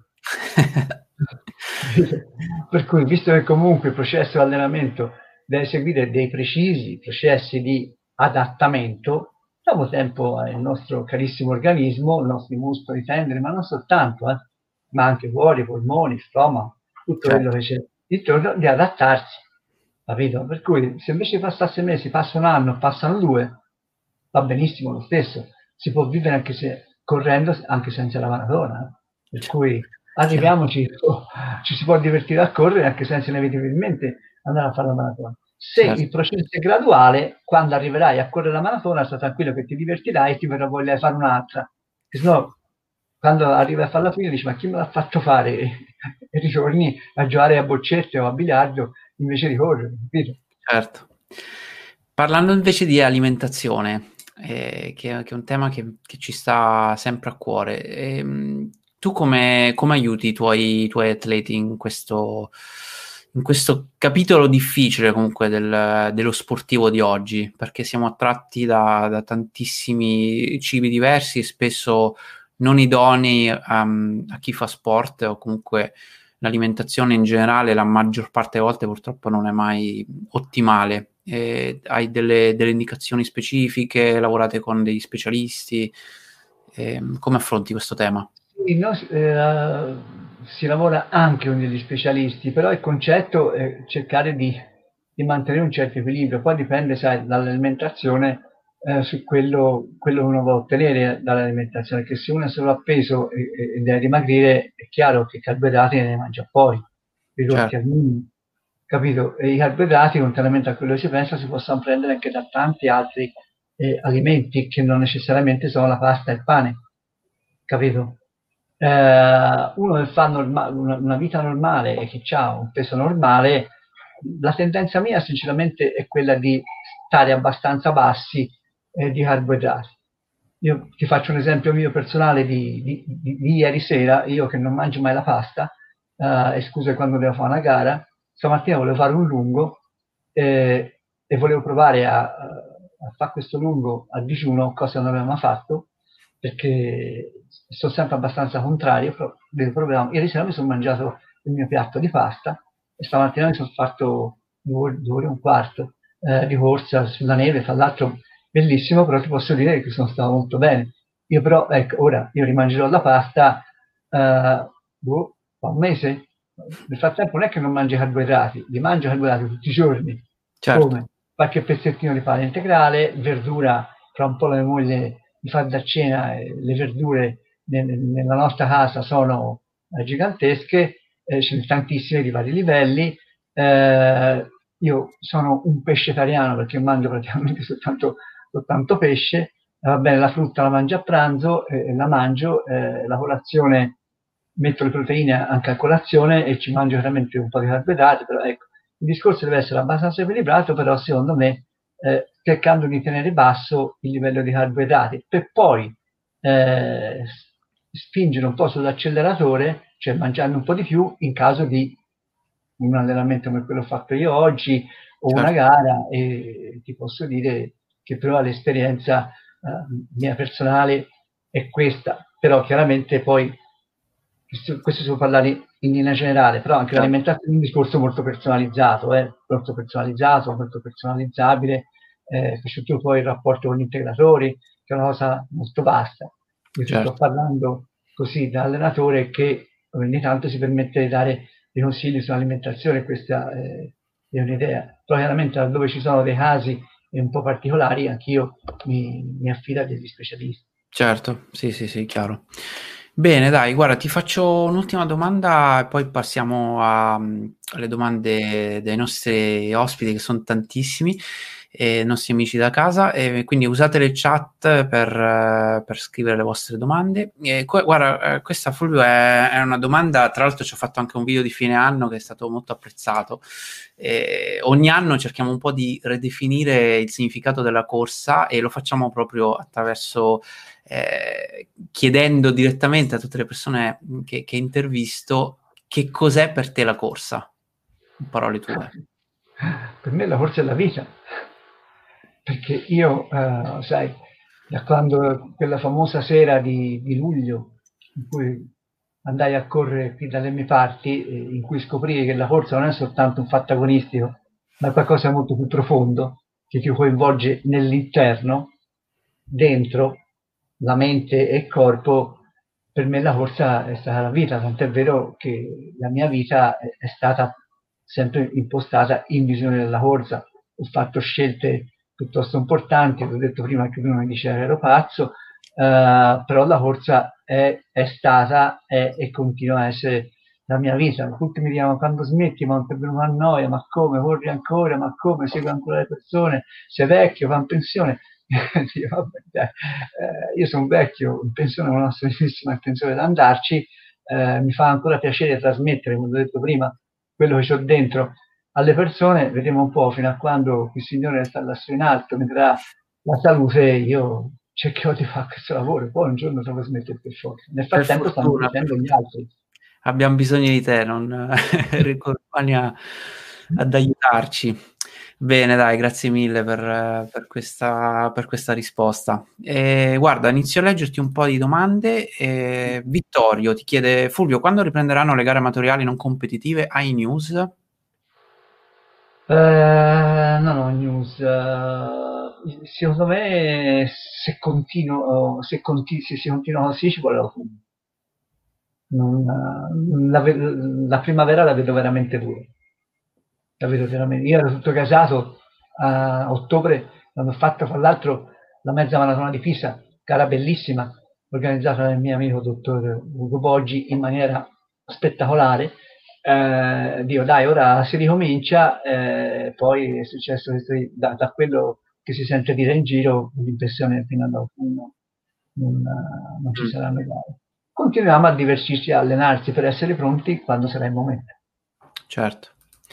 S1: Per cui, visto che comunque il processo di allenamento deve seguire dei precisi processi di adattamento, dopo tempo il nostro carissimo organismo, i nostri muscoli, tendini, ma non soltanto, eh, ma anche cuori, polmoni, stomaco, tutto
S2: Certo.
S1: quello che c'è intorno, di adattarsi, capito? Per cui se invece passasse mesi, passa un anno, passano due, va benissimo lo stesso, si può vivere anche se correndo, anche senza la maratona, eh? Per cui arriviamoci, oh, ci si può divertire a correre anche senza inevitabilmente andare a fare la maratona. Se certo. Il processo è graduale, quando arriverai a correre la maratona, sta tranquillo che ti divertirai e ti verrà voglia di fare un'altra. Se no, quando arrivi a farla fine dici ma chi me l'ha fatto fare? E ritorni a giocare a boccette o a biliardo invece di correre, capito?
S2: Certo. Parlando invece di alimentazione, eh, che, che è un tema che, che ci sta sempre a cuore, ehm, tu come, come aiuti i tuoi, i tuoi atleti in questo, in questo capitolo difficile comunque del- dello sportivo di oggi? Perché siamo attratti da, da tantissimi cibi diversi e spesso non idonei a, a chi fa sport o comunque l'alimentazione in generale la maggior parte delle volte purtroppo non è mai ottimale. Eh, hai delle, delle indicazioni specifiche, lavorate con degli specialisti, eh, come affronti questo tema?
S1: Sì, no, s- eh, si lavora anche con degli specialisti, però il concetto è cercare di, di mantenere un certo equilibrio, poi dipende, sai, dall'alimentazione, eh, su quello, quello che uno vuole ottenere dall'alimentazione, che se uno è solo appeso e, e- e deve dimagrire, è chiaro che i carboidrati ne mangia poi, ridotti
S2: Certo,
S1: al minimo, capito? E i carboidrati, contrariamente a quello che si pensa, si possono prendere anche da tanti altri eh, alimenti che non necessariamente sono la pasta e il pane, capito? Eh, uno che fa norma- una, una vita normale e che ha un peso normale, la tendenza mia sinceramente è quella di stare abbastanza bassi eh, di carboidrati. Io ti faccio un esempio mio personale di, di- di- di ieri sera, io che non mangio mai la pasta, eh, e scusa quando devo fare una gara, stamattina volevo fare un lungo eh, e volevo provare a, a fare questo lungo a digiuno, cosa non avevo mai fatto, perché sono sempre abbastanza contrario, però devo provare. Ieri sera mi sono mangiato il mio piatto di pasta e stamattina mi sono fatto due ore, due ore e un quarto eh, di corsa sulla neve, tra l'altro bellissimo, però ti posso dire che sono stato molto bene. Io però, ecco, ora io rimangerò la pasta, eh, boh, fa un mese. Nel frattempo non è che non mangio carboidrati, li mangio carboidrati tutti i giorni,
S2: certo,
S1: come qualche pezzettino di pane integrale, verdura, tra un po' la mia moglie mi fa da cena, eh, le verdure nel, nella nostra casa sono eh, gigantesche, eh, ce ne sono tantissime di vari livelli, eh, io sono un pescetariano perché mangio praticamente soltanto, soltanto pesce, eh, va bene, la frutta la mangio a pranzo, eh, la mangio, eh, la colazione metto le proteine anche a colazione e ci mangio veramente un po' di carboidrati, però ecco, il discorso deve essere abbastanza equilibrato, però secondo me eh, cercando di tenere basso il livello di carboidrati, per poi eh, spingere un po' sull'acceleratore, cioè mangiando un po' di più in caso di un allenamento come quello fatto io oggi o una
S2: certo,
S1: gara, e ti posso dire che però l'esperienza eh, mia personale è questa, però chiaramente poi questo, questo si può parlare in linea generale, però anche
S2: certo,
S1: l'alimentazione è un discorso molto personalizzato, eh, molto personalizzato, molto personalizzabile, eh, c'è tutto poi il rapporto con gli integratori, che è una cosa molto vasta. Io ti sto
S2: certo.
S1: parlando così da allenatore che ogni tanto si permette di dare dei consigli sull'alimentazione, questa eh, è un'idea. Poi chiaramente laddove ci sono dei casi un po' particolari, anch'io mi, mi affido a degli specialisti.
S2: Certo, sì, sì, sì, chiaro. Bene, dai, guarda, ti faccio un'ultima domanda e poi passiamo a- alle domande dei nostri ospiti, che sono tantissimi, e i nostri amici da casa, e quindi usate le chat per, eh, per scrivere le vostre domande. E que- guarda, eh, questa Fulvio è, è una domanda, tra l'altro ci ho fatto anche un video di fine anno che è stato molto apprezzato. Eh, ogni anno cerchiamo un po' di ridefinire il significato della corsa e lo facciamo proprio attraverso eh, chiedendo direttamente a tutte le persone che, che intervisto che cos'è per te la corsa, in parole tue.
S1: Per me la corsa è la vita, perché io, eh, sai, da quando quella famosa sera di, di luglio, in cui andai a correre qui dalle mie parti, eh, in cui scoprii che la corsa non è soltanto un fatto agonistico, ma è qualcosa di molto più profondo, che ti coinvolge nell'interno, dentro la mente e il corpo. Per me la corsa è stata la vita, tant'è vero che la mia vita è, è stata sempre impostata in visione della corsa. Ho fatto scelte piuttosto importanti, l'ho detto prima che uno mi diceva che ero pazzo, eh, però la corsa è, è stata è, e continua a essere la mia vita. Tutti mi dicono quando smetti, ma non ti è venuta a noia, ma come, corri ancora, ma come, segui ancora le persone, sei vecchio, va in pensione. Io, vabbè, dai, eh, io sono vecchio, in pensione non ho serissima intenzione di andarci, eh, mi fa ancora piacere trasmettere, come ho detto prima, quello che ho dentro alle persone, vedremo un po' fino a quando il Signore sta lassù in alto, mi darà la salute, io cercherò di fare questo lavoro, poi un giorno dovrò smettere per forza. Nel
S2: Per
S1: frattempo stanno
S2: fortuna, per
S1: crescendo gli
S2: fortuna.
S1: altri.
S2: Abbiamo bisogno di te, non ricordi a, ad aiutarci. Bene, dai, grazie mille per, per questa, per questa risposta. E, guarda, inizio a leggerti un po' di domande. E, Vittorio ti chiede: Fulvio, quando riprenderanno le gare amatoriali non competitive a iNews?
S1: Eh, no, no, news. eh, secondo me, se continuo, se, conti- se si continua così, ci vuole la fumo. Non, eh, la, ve- la primavera la vedo veramente dura. La vedo veramente. Io ero tutto casato a ottobre, quando ho fatto, fra l'altro, la mezza maratona di Pisa, gara bellissima, organizzata dal mio amico dottor Ugo Boggi in maniera spettacolare. Eh, Dio, dai, ora si ricomincia, eh, poi è successo questo, da, da quello che si sente dire in giro, l'impressione che fino all'autunno non, non ci
S2: Mm,
S1: saranno gare. Continuiamo a divertirci, a allenarsi per essere pronti quando sarà il momento.
S2: certo.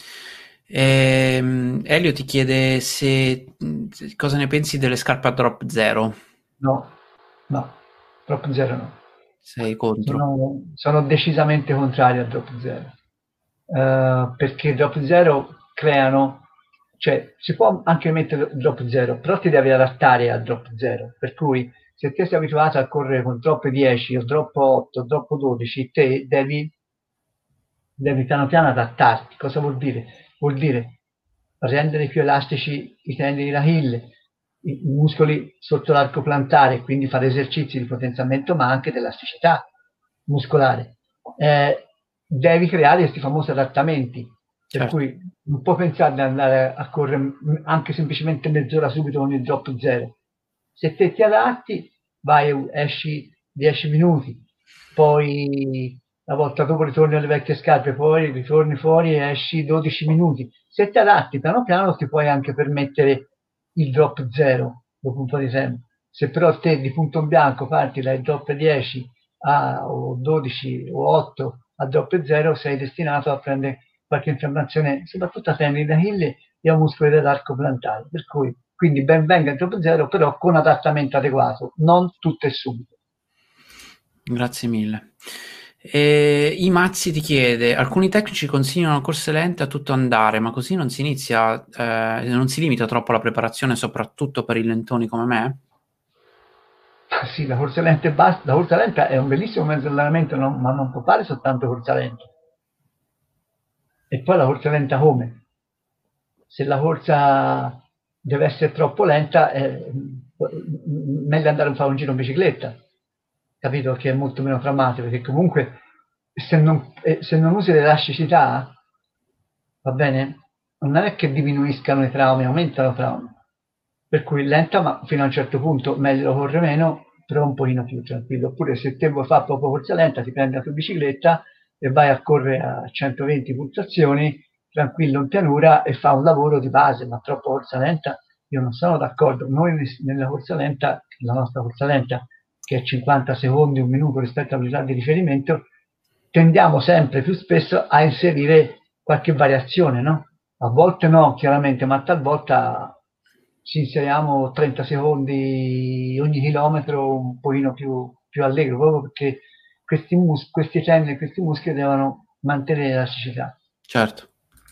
S2: Ehm, Elio ti chiede se cosa ne pensi delle scarpe a drop zero.
S1: No, no, drop zero no.
S2: Sei contro?
S1: Sono, sono decisamente contrario a drop zero. Eh, perché drop zero creano, cioè si può anche mettere drop zero, però ti devi adattare a drop zero. Per cui se te sei abituato a correre con drop dieci o drop otto, drop dodici, te devi, devi piano piano adattarti. Cosa vuol dire? Vuol dire rendere più elastici i tendini d'Achille, i, i muscoli sotto l'arco plantare, quindi fare esercizi di potenziamento ma anche di elasticità muscolare. Eh, devi creare questi famosi adattamenti, per
S2: Certo.
S1: cui non puoi pensare di andare a correre anche semplicemente mezz'ora subito con il drop zero. Se te ti adatti, vai, esci dieci minuti, poi la volta dopo ritorni alle vecchie scarpe, poi ritorni fuori e esci dodici minuti. Se ti adatti piano piano ti puoi anche permettere il drop zero dopo un po' di tempo. Se però te di punto in bianco parti dai drop dieci a, o dodici o otto a drop zero, sei destinato a prendere qualche infiammazione, soprattutto a tendini d'Achille e a muscoli dell'arco plantare. Per cui, quindi ben venga il drop zero, però con adattamento adeguato, non tutto e subito.
S2: Grazie mille. E Imazzi ti chiede: alcuni tecnici consigliano corse lente a tutto andare, ma così non si inizia, eh, non si limita troppo la preparazione, soprattutto per i lentoni come me?
S1: Sì, la corsa lenta e basta. La corsa lenta è un bellissimo mezzo di allenamento, non, ma non può fare soltanto corsa lenta. E poi la corsa lenta come? Se la corsa deve essere troppo lenta, è meglio andare a fare un giro in bicicletta, capito? Che è molto meno traumatico, perché comunque se non, eh, se non usi l'elasticità, va bene? Non è che diminuiscano i traumi, aumentano i traumi. Per cui lenta, ma fino a un certo punto meglio corre meno, però un pochino più tranquillo. Oppure se te vuoi fare proprio corsa lenta, ti prendi la tua bicicletta e vai a correre a centoventi pulsazioni, tranquillo in pianura e fa un lavoro di base, ma troppo corsa lenta io non sono d'accordo. Noi nella corsa lenta, la nostra corsa lenta, che è cinquanta secondi, un minuto rispetto alla velocità di riferimento, tendiamo sempre più spesso a inserire qualche variazione, no? A volte no, chiaramente, ma talvolta ci inseriamo trenta secondi ogni chilometro un pochino più, più allegro, proprio perché questi, mus- questi tendini, questi muscoli devono mantenere l'elasticità.
S2: Certo.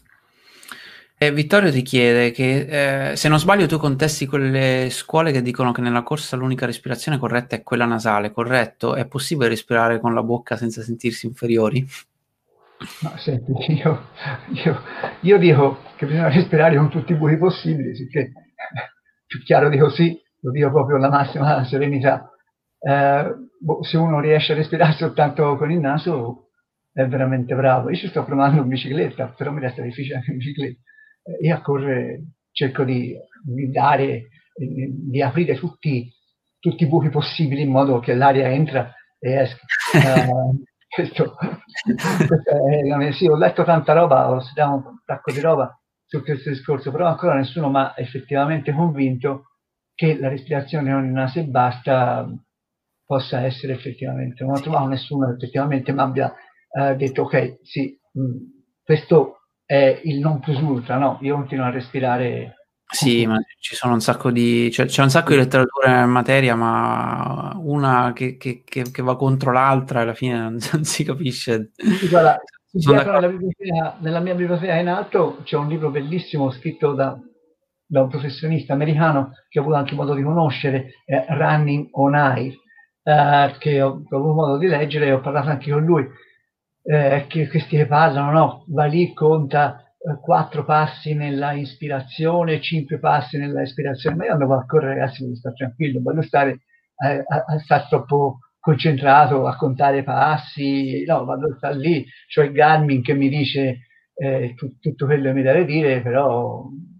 S2: E Vittorio ti chiede che, eh, se non sbaglio, tu contesti quelle scuole che dicono che nella corsa l'unica respirazione corretta è quella nasale, corretto? È possibile respirare con la bocca senza sentirsi inferiori?
S1: Ma senti, io, io, io dico che bisogna respirare con tutti i buchi possibili, sicché più chiaro di così, lo dico proprio alla massima serenità. Eh, boh, se uno riesce a respirare soltanto con il naso è veramente bravo. Io ci sto provando in bicicletta, però mi resta difficile anche in bicicletta. Eh, io a correre cerco di, di dare, di, di aprire tutti, tutti i buchi possibili in modo che l'aria entra e esca. Uh, questo, questo è, sì, ho letto tanta roba, ho studiato un sacco di roba su questo discorso, però ancora nessuno mi ha effettivamente convinto che la respirazione con il naso e basta possa essere effettivamente. Non ho trovato nessuno che effettivamente mi abbia eh, detto ok, sì, mh, questo è il non plus ultra, no? Io continuo a respirare con
S2: Sì, ma
S1: tutto.
S2: ci sono un sacco di c'è c'è un sacco di letteratura in materia, ma una che che che che va contro l'altra e alla fine non non si capisce.
S1: Sì, guarda,
S2: Son
S1: dietro
S2: d'accordo.
S1: nella biblioteca nella mia biblioteca in alto c'è un libro bellissimo scritto da da un professionista americano che ho avuto anche modo di conoscere, eh, Running on Air, eh, che ho, che ho avuto modo di leggere e ho parlato anche con lui, eh, che questi che parlano, no? Va lì, conta eh, quattro passi nella ispirazione, cinque passi nella espirazione, ma io andavo a correre, ragazzi, voglio stare tranquillo, voglio stare eh, a, a stare troppo concentrato a contare passi, no, vado a stare lì, c'ho il Garmin che mi dice eh, tu- tutto quello che mi deve dire, però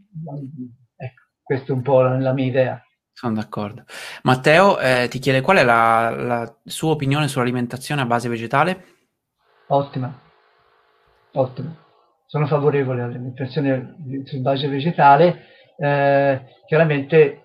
S1: ecco, questa è un po' la, la mia idea.
S2: Son d'accordo. Matteo, eh, ti chiede qual è la, la sua opinione sull'alimentazione a base vegetale?
S1: Ottima, ottima. Sono favorevole all'alimentazione su base vegetale, eh, chiaramente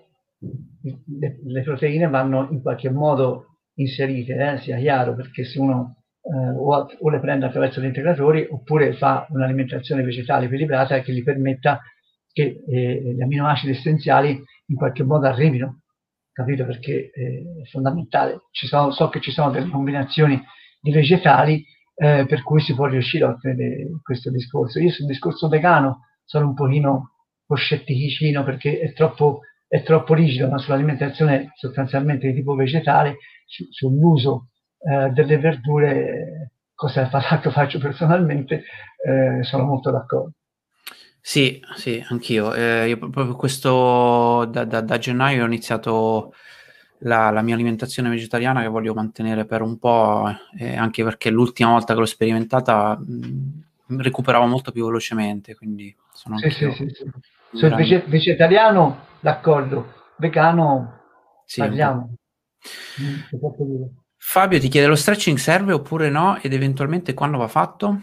S1: le, le proteine vanno in qualche modo inserite, eh, sia chiaro, perché se uno eh, o, o le prende attraverso gli integratori oppure fa un'alimentazione vegetale equilibrata che gli permetta che eh, gli aminoacidi essenziali in qualche modo arrivino, capito? Perché eh, è fondamentale. Ci sono, so che ci sono delle combinazioni di vegetali eh, per cui si può riuscire a ottenere questo discorso. Io sul discorso vegano sono un pochino un po' scetticino perché è troppo, è troppo rigido, ma sull'alimentazione sostanzialmente di tipo vegetale, su, sull'uso eh, delle verdure, cosa che faccio personalmente, eh, sono molto d'accordo.
S2: Sì, sì, anch'io. Eh, io proprio questo da, da- da gennaio ho iniziato la, la mia alimentazione vegetariana che voglio mantenere per un po', eh, anche perché l'ultima volta che l'ho sperimentata mh, recuperavo molto più velocemente, quindi sono
S1: Sì, sì,
S2: anch'io
S1: sì, sì.
S2: un
S1: Sul
S2: grande...
S1: vege- vegetariano, d'accordo. Vegano,
S2: Sì, un po'.
S1: parliamo. Mm, che posso dire?
S2: Fabio ti chiede lo stretching serve oppure no ed eventualmente quando va fatto?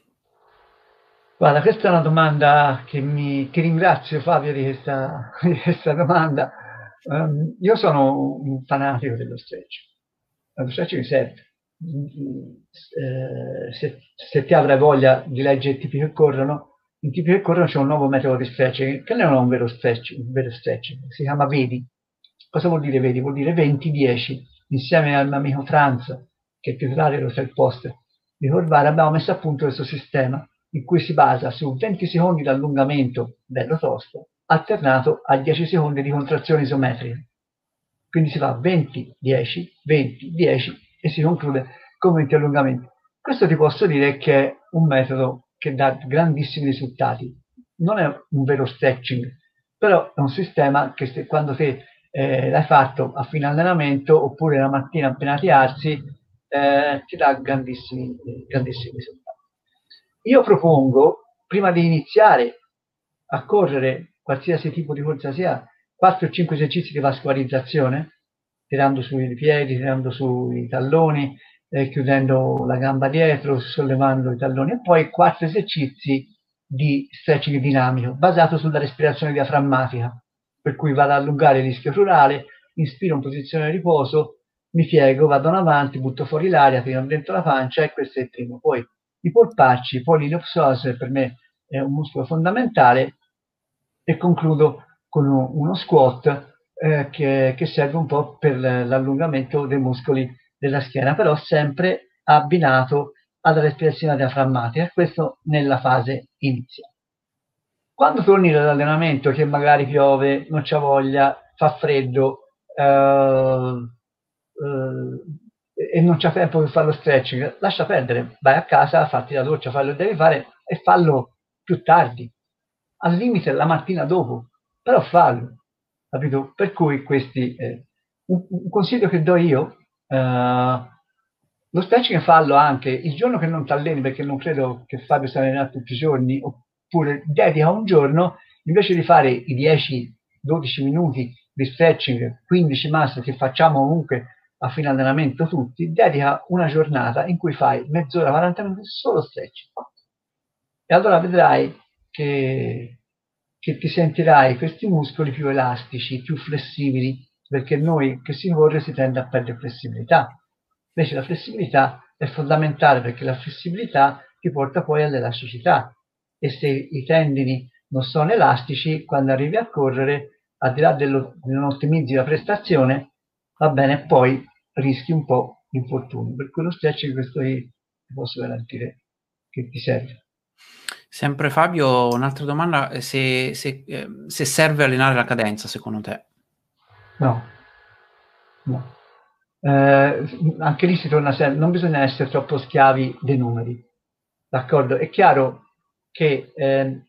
S1: Guarda, questa è una domanda che mi che ringrazio Fabio di questa, di questa domanda. Um, io sono un fanatico dello stretching. Lo stretching mi serve. Eh, se, se ti avrai voglia di leggere i tipi che corrono, in tipi che corrono c'è un nuovo metodo di stretching, che non è un vero stretching, un vero stretching, si chiama vedi. Cosa vuol dire vedi? Vuol dire venti dieci. Insieme al mio amico Franz, che è il titolare dello self post di Corvara, abbiamo messo a punto questo sistema in cui si basa su venti secondi di allungamento bello tosto, alternato a dieci secondi di contrazioni isometriche. Quindi si fa venti dieci, venti dieci e si conclude con venti allungamenti. Questo ti posso dire che è un metodo che dà grandissimi risultati. Non è un vero stretching, però è un sistema che se, quando te eh, l'hai fatto a fine allenamento oppure la mattina appena ti alzi, eh, ti dà grandissimi, grandissimi risultati. Io propongo, prima di iniziare a correre qualsiasi tipo di corsa sia, quattro o cinque esercizi di vascolarizzazione, tirando sui piedi, tirando sui talloni, eh, chiudendo la gamba dietro, sollevando i talloni, e poi quattro esercizi di stretching dinamico, basato sulla respirazione diaframmatica, per cui vado ad allungare l'ischio crurale, inspiro in posizione di riposo, mi piego, vado in avanti, butto fuori l'aria, tiro dentro la pancia e questo è il primo. Poi i polpacci, poliliopsoas per me è un muscolo fondamentale e concludo con uno squat eh, che, che serve un po' per l'allungamento dei muscoli della schiena, però sempre abbinato alla respirazione diaframmatica, questo nella fase iniziale. Quando torni dall'allenamento, che magari piove, non c'ha voglia, fa freddo eh, eh, e non c'ha tempo per fare lo stretching, lascia perdere, vai a casa, fatti la doccia, fai quello che devi fare e fallo più tardi, al limite la mattina dopo, però fallo, capito? Per cui questi, eh, un, un, consiglio che do io, eh, lo stretching fallo anche il giorno che non ti alleni, perché non credo che Fabio si allena tutti i giorni, oppure dedica un giorno, invece di fare i dieci dodici minuti di stretching, quindici massimo che facciamo comunque a fine allenamento tutti, dedica una giornata in cui fai mezz'ora, quaranta minuti solo stretching. E allora vedrai che, che ti sentirai questi muscoli più elastici, più flessibili, perché noi che si corre si tende a perdere flessibilità. Invece la flessibilità è fondamentale perché la flessibilità ti porta poi all'elasticità e se i tendini non sono elastici, quando arrivi a correre, al di là dello, che non ottimizzi la prestazione, va bene, poi rischi un po' di infortuni. Per cui lo stretching questo ti posso garantire che ti serve.
S2: Sempre Fabio, un'altra domanda, se, se, eh, se serve allenare la cadenza secondo te?
S1: No, no. Eh, anche lì si torna sempre, non bisogna essere troppo schiavi dei numeri, d'accordo? È chiaro che eh,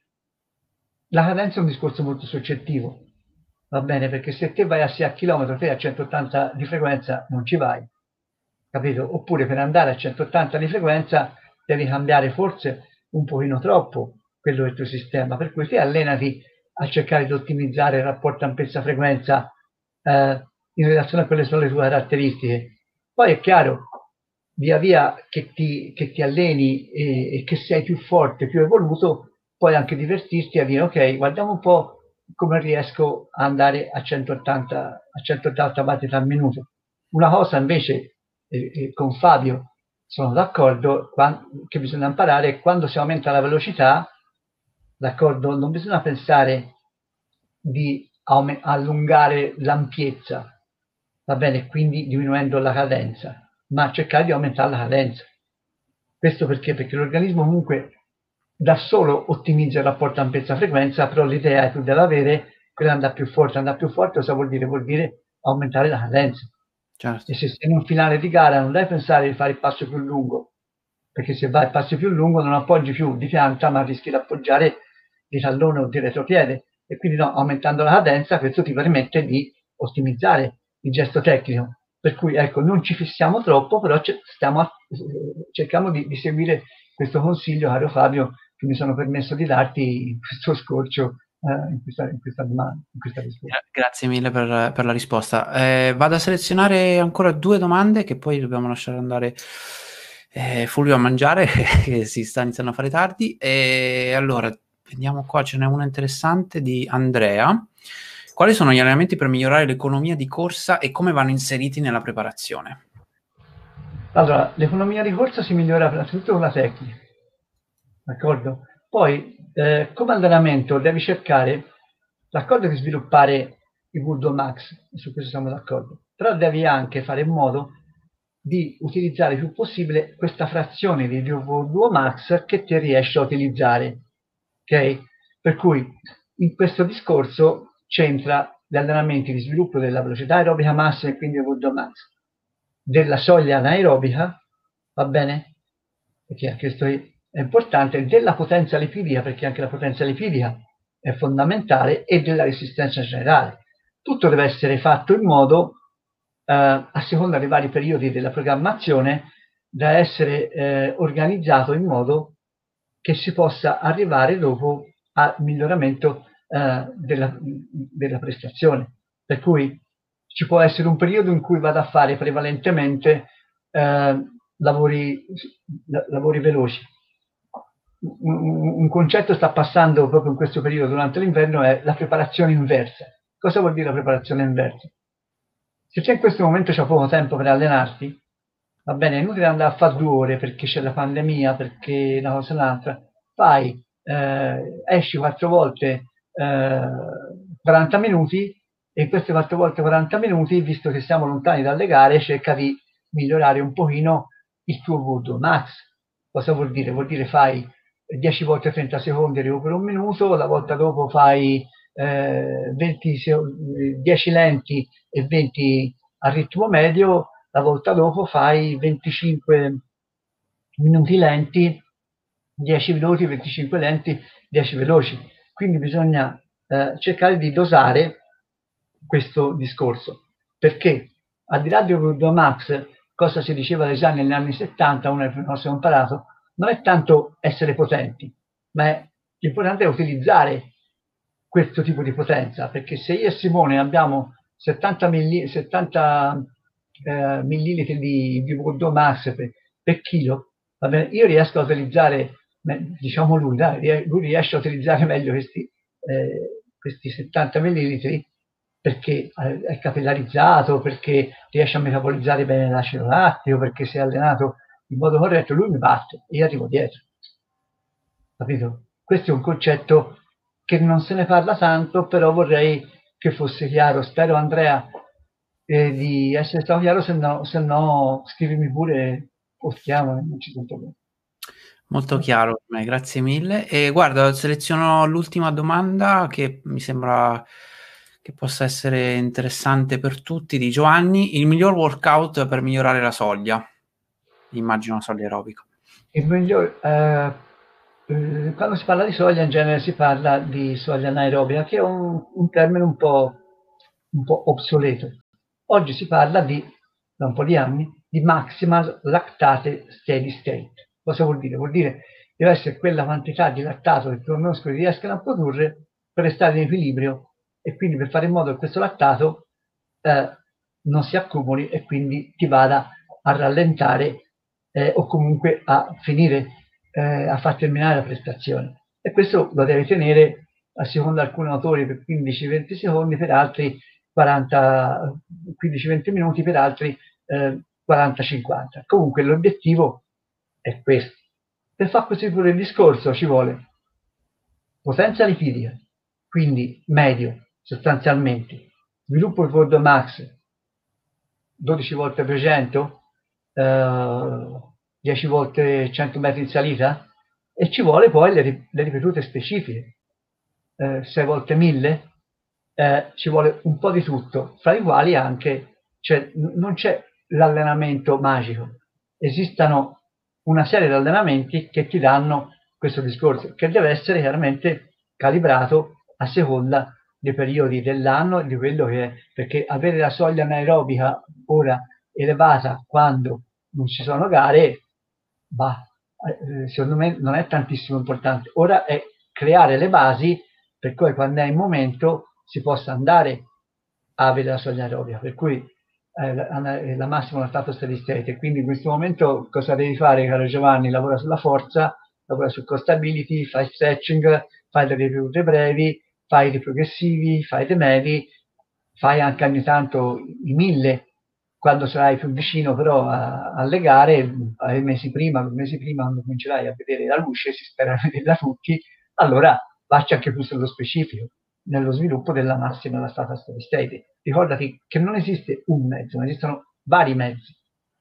S1: la cadenza è un discorso molto soggettivo, va bene? Perché se te vai a sei chilometri, te a centottanta di frequenza non ci vai, capito? Oppure per andare a centottanta di frequenza devi cambiare forse un pochino troppo quello del tuo sistema, per cui te allenati a cercare di ottimizzare il rapporto ampezza-frequenza eh, in relazione a quelle sono le tue caratteristiche. Poi è chiaro, via via che ti, che ti alleni e, e che sei più forte, più evoluto, puoi anche divertirti a dire ok, guardiamo un po' come riesco ad andare a centottanta, a centottanta battiti al minuto. Una cosa invece eh, eh, con Fabio sono d'accordo che bisogna imparare quando si aumenta la velocità, d'accordo, non bisogna pensare di allungare l'ampiezza, va bene, quindi diminuendo la cadenza, ma cercare di aumentare la cadenza. Questo perché? Perché l'organismo comunque da solo ottimizza il rapporto ampiezza-frequenza, però l'idea è che tu devi avere quella andare più forte, andare più forte cosa vuol dire? Vuol dire aumentare la cadenza.
S2: Certo.
S1: E se sei in un finale di gara non devi pensare di fare il passo più lungo, perché se vai il passo più lungo non appoggi più di pianta, ma rischi di appoggiare di tallone o di retropiede, e quindi no, aumentando la cadenza questo ti permette di ottimizzare il gesto tecnico. Per cui ecco, non ci fissiamo troppo, però stiamo a, cerchiamo di, di seguire questo consiglio, caro Fabio, che mi sono permesso di darti in questo scorcio, eh, in, questa, in questa domanda, in questa risposta.
S2: Grazie mille per, per la risposta. Eh, vado a selezionare ancora due domande che poi dobbiamo lasciare andare eh, Fulvio a mangiare, che si sta iniziando a fare tardi. E allora, vediamo qua, ce n'è una interessante di Andrea. Quali sono gli allenamenti per migliorare l'economia di corsa e come vanno inseriti nella preparazione?
S1: Allora, l'economia di corsa si migliora innanzitutto con la tecnica, d'accordo? Poi, eh, come allenamento devi cercare, d'accordo, di sviluppare il V due Max, su questo siamo d'accordo, però devi anche fare in modo di utilizzare il più possibile questa frazione di V due Max che ti riesci a utilizzare, ok? Per cui in questo discorso c'entra gli allenamenti di sviluppo della velocità aerobica massima e quindi il V due Max, della soglia anaerobica, va bene? Perché questo è importante, della potenza lipidica, perché anche la potenza lipidica è fondamentale, e della resistenza generale. Tutto deve essere fatto in modo, eh, a seconda dei vari periodi della programmazione, da essere eh, organizzato in modo che si possa arrivare dopo al miglioramento eh, della, della prestazione. Per cui ci può essere un periodo in cui vado a fare prevalentemente eh, lavori, lavori veloci. Un, un concetto sta passando proprio in questo periodo durante l'inverno, è la preparazione inversa. Cosa vuol dire la preparazione inversa? Se c'è in questo momento c'è poco tempo per allenarti, va bene, è inutile andare a fare due ore perché c'è la pandemia, perché una cosa o l'altra, fai, eh, esci quattro volte eh, quaranta minuti, e in queste quattro volte quaranta minuti, visto che siamo lontani dalle gare, cerca di migliorare un pochino il tuo V due Max. Cosa vuol dire? Vuol dire fai dieci volte trenta secondi, recupero un minuto, la volta dopo fai eh, venti, dieci lenti e venti a ritmo medio, la volta dopo fai venticinque minuti lenti, dieci veloci, venticinque lenti, dieci veloci. Quindi bisogna eh, cercare di dosare questo discorso, perché al di là di V due Max, cosa si diceva già negli anni settanta, uno che non abbiamo imparato, non è tanto essere potenti, ma è l'importante è utilizzare questo tipo di potenza, perché se io e Simone abbiamo settanta, milli, settanta eh, millilitri di, di V due Max per, per chilo, va bene, io riesco a utilizzare, diciamo lui, dai, lui riesce a utilizzare meglio questi, eh, questi settanta millilitri perché è capillarizzato, perché riesce a metabolizzare bene l'acido lattico, perché si è allenato in modo corretto, lui mi batte e io arrivo dietro, capito? Questo è un concetto che non se ne parla tanto, però vorrei che fosse chiaro. Spero, Andrea, eh, di essere stato chiaro, se no, se no scrivimi pure o chiamami, non ci sono problemi.
S2: Molto chiaro per me, grazie mille. E guarda, seleziono l'ultima domanda che mi sembra che possa essere interessante per tutti, di Giovanni. Il miglior workout per migliorare la soglia? Immagino soglia aerobica.
S1: Il miglior, eh, eh, quando si parla di soglia in genere si parla di soglia anaerobica, che è un, un termine un po', un po' obsoleto. Oggi si parla di, da un po' di anni, di maximal lactate steady state. Cosa vuol dire? Vuol dire che deve essere quella quantità di lattato che i tuoi muscoli riescono a produrre per restare in equilibrio e quindi per fare in modo che questo lattato eh, non si accumuli e quindi ti vada a rallentare eh, o comunque a finire, eh, a far terminare la prestazione. E questo lo deve tenere, a seconda di alcuni autori, per quindici venti secondi, per altri quaranta, quindici venti minuti, per altri eh, quaranta cinquanta. Comunque l'obiettivo è questo. Per far così pure il discorso ci vuole potenza lipidica, quindi medio sostanzialmente, sviluppo del V max dodici volte per cento, eh, dieci volte cento metri in salita, e ci vuole poi le, le ripetute specifiche, eh, sei volte mille, eh, ci vuole un po' di tutto, fra i quali anche, cioè, non c'è l'allenamento magico, esistono una serie di allenamenti che ti danno questo discorso, che deve essere chiaramente calibrato a seconda dei periodi dell'anno e di quello che è, perché avere la soglia anaerobica ora elevata quando non ci sono gare, bah, eh, secondo me non è tantissimo importante. Ora è creare le basi per cui quando è il momento si possa andare a avere la soglia aerobica, per cui eh, la, la massima è stato steady state, e quindi in questo momento cosa devi fare, caro Giovanni? Lavora sulla forza, lavora sul core stability, fai stretching, fai delle ripetute brevi, fai dei progressivi, fai dei medi, fai anche ogni tanto i mille quando sarai più vicino però a, alle gare, ai mesi prima, due mesi prima, quando comincerai a vedere la luce, si spera di vederla tutti, allora vacci anche più sullo specifico, nello sviluppo della massima della stata steady state. Ricordati che non esiste un mezzo, ma esistono vari mezzi.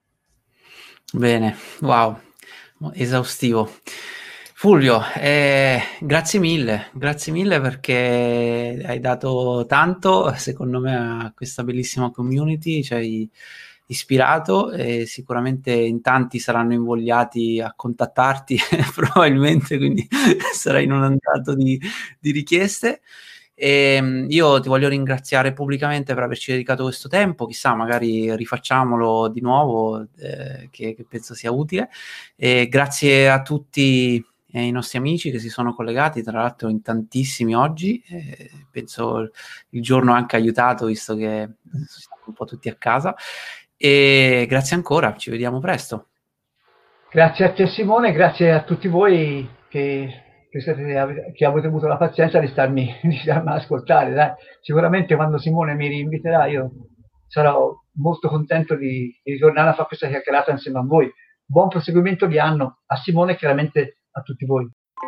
S2: Bene, wow, esaustivo. Fulvio, eh, grazie mille, grazie mille perché hai dato tanto, secondo me, a questa bellissima community, ci hai ispirato e sicuramente in tanti saranno invogliati a contattarti probabilmente, quindi sarai inondato di, di richieste. E io ti voglio ringraziare pubblicamente per averci dedicato questo tempo, chissà, magari rifacciamolo di nuovo, eh, che, che penso sia utile. E grazie a tutti i nostri amici che si sono collegati, tra l'altro in tantissimi oggi, eh, penso il giorno ha anche aiutato, visto che siamo un po' tutti a casa. E grazie ancora, ci vediamo presto.
S1: Grazie a te Simone, grazie a tutti voi che Che, siete, che avete avuto la pazienza di starmi, di starmi ad ascoltare. Dai. Sicuramente quando Simone mi rinviterà io sarò molto contento di, di ritornare a fare questa chiacchierata insieme a voi. Buon proseguimento di anno a Simone e chiaramente a tutti voi.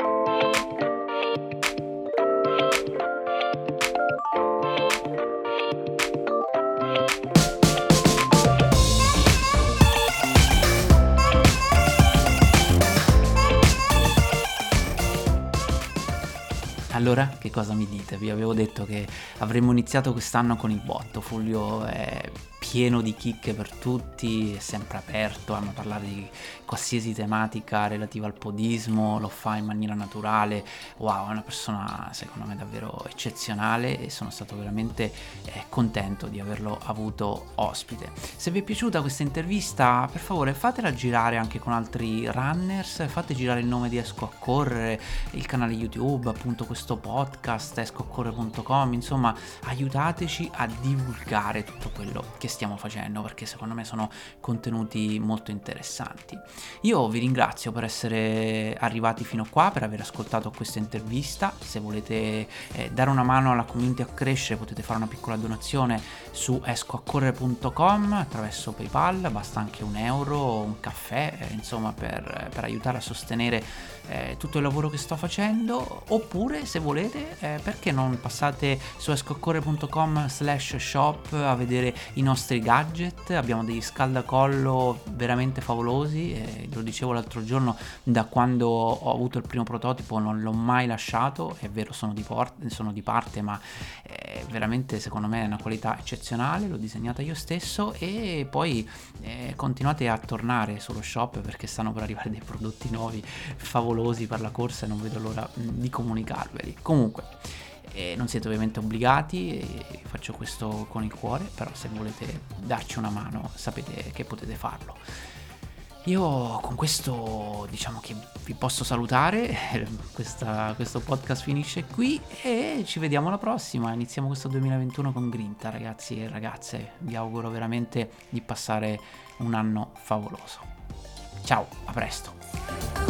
S2: Allora, che cosa mi dite? Vi avevo detto che avremmo iniziato quest'anno con il botto. Fulvio è pieno di chicche per tutti, è sempre aperto, ama parlare di qualsiasi tematica relativa al podismo, lo fa in maniera naturale. Wow, è una persona secondo me davvero eccezionale e sono stato veramente eh, contento di averlo avuto ospite. Se vi è piaciuta questa intervista, per favore fatela girare anche con altri runners, fate girare il nome di Esco a Correre, il canale YouTube, appunto questo podcast, esco a correre punto com, insomma aiutateci a divulgare tutto quello che stiamo facendo, perché secondo me sono contenuti molto interessanti. Io vi ringrazio per essere arrivati fino qua, per aver ascoltato questa intervista. Se volete eh, dare una mano alla community a crescere, potete fare una piccola donazione su esco a correre punto com attraverso PayPal, basta anche un euro, un caffè, eh, insomma per, per aiutare a sostenere eh, tutto il lavoro che sto facendo. Oppure se volete, eh, perché non passate su esco a correre punto com slash shop a vedere i nostri gadget. Abbiamo degli scaldacollo veramente favolosi, eh, lo dicevo l'altro giorno, da quando ho avuto il primo prototipo non l'ho mai lasciato, è vero sono di, por- sono di parte, ma eh, veramente secondo me è una qualità eccezionale, l'ho disegnata io stesso. E poi eh, continuate a tornare sullo shop perché stanno per arrivare dei prodotti nuovi favolosi per la corsa e non vedo l'ora mh, di comunicarveli. Comunque eh, non siete ovviamente obbligati, e faccio questo con il cuore, però se volete darci una mano sapete che potete farlo. Io con questo diciamo che vi posso salutare, Questa, questo podcast finisce qui e ci vediamo alla prossima. Iniziamo questo duemilaventuno con grinta, ragazzi e ragazze, vi auguro veramente di passare un anno favoloso. Ciao, a presto.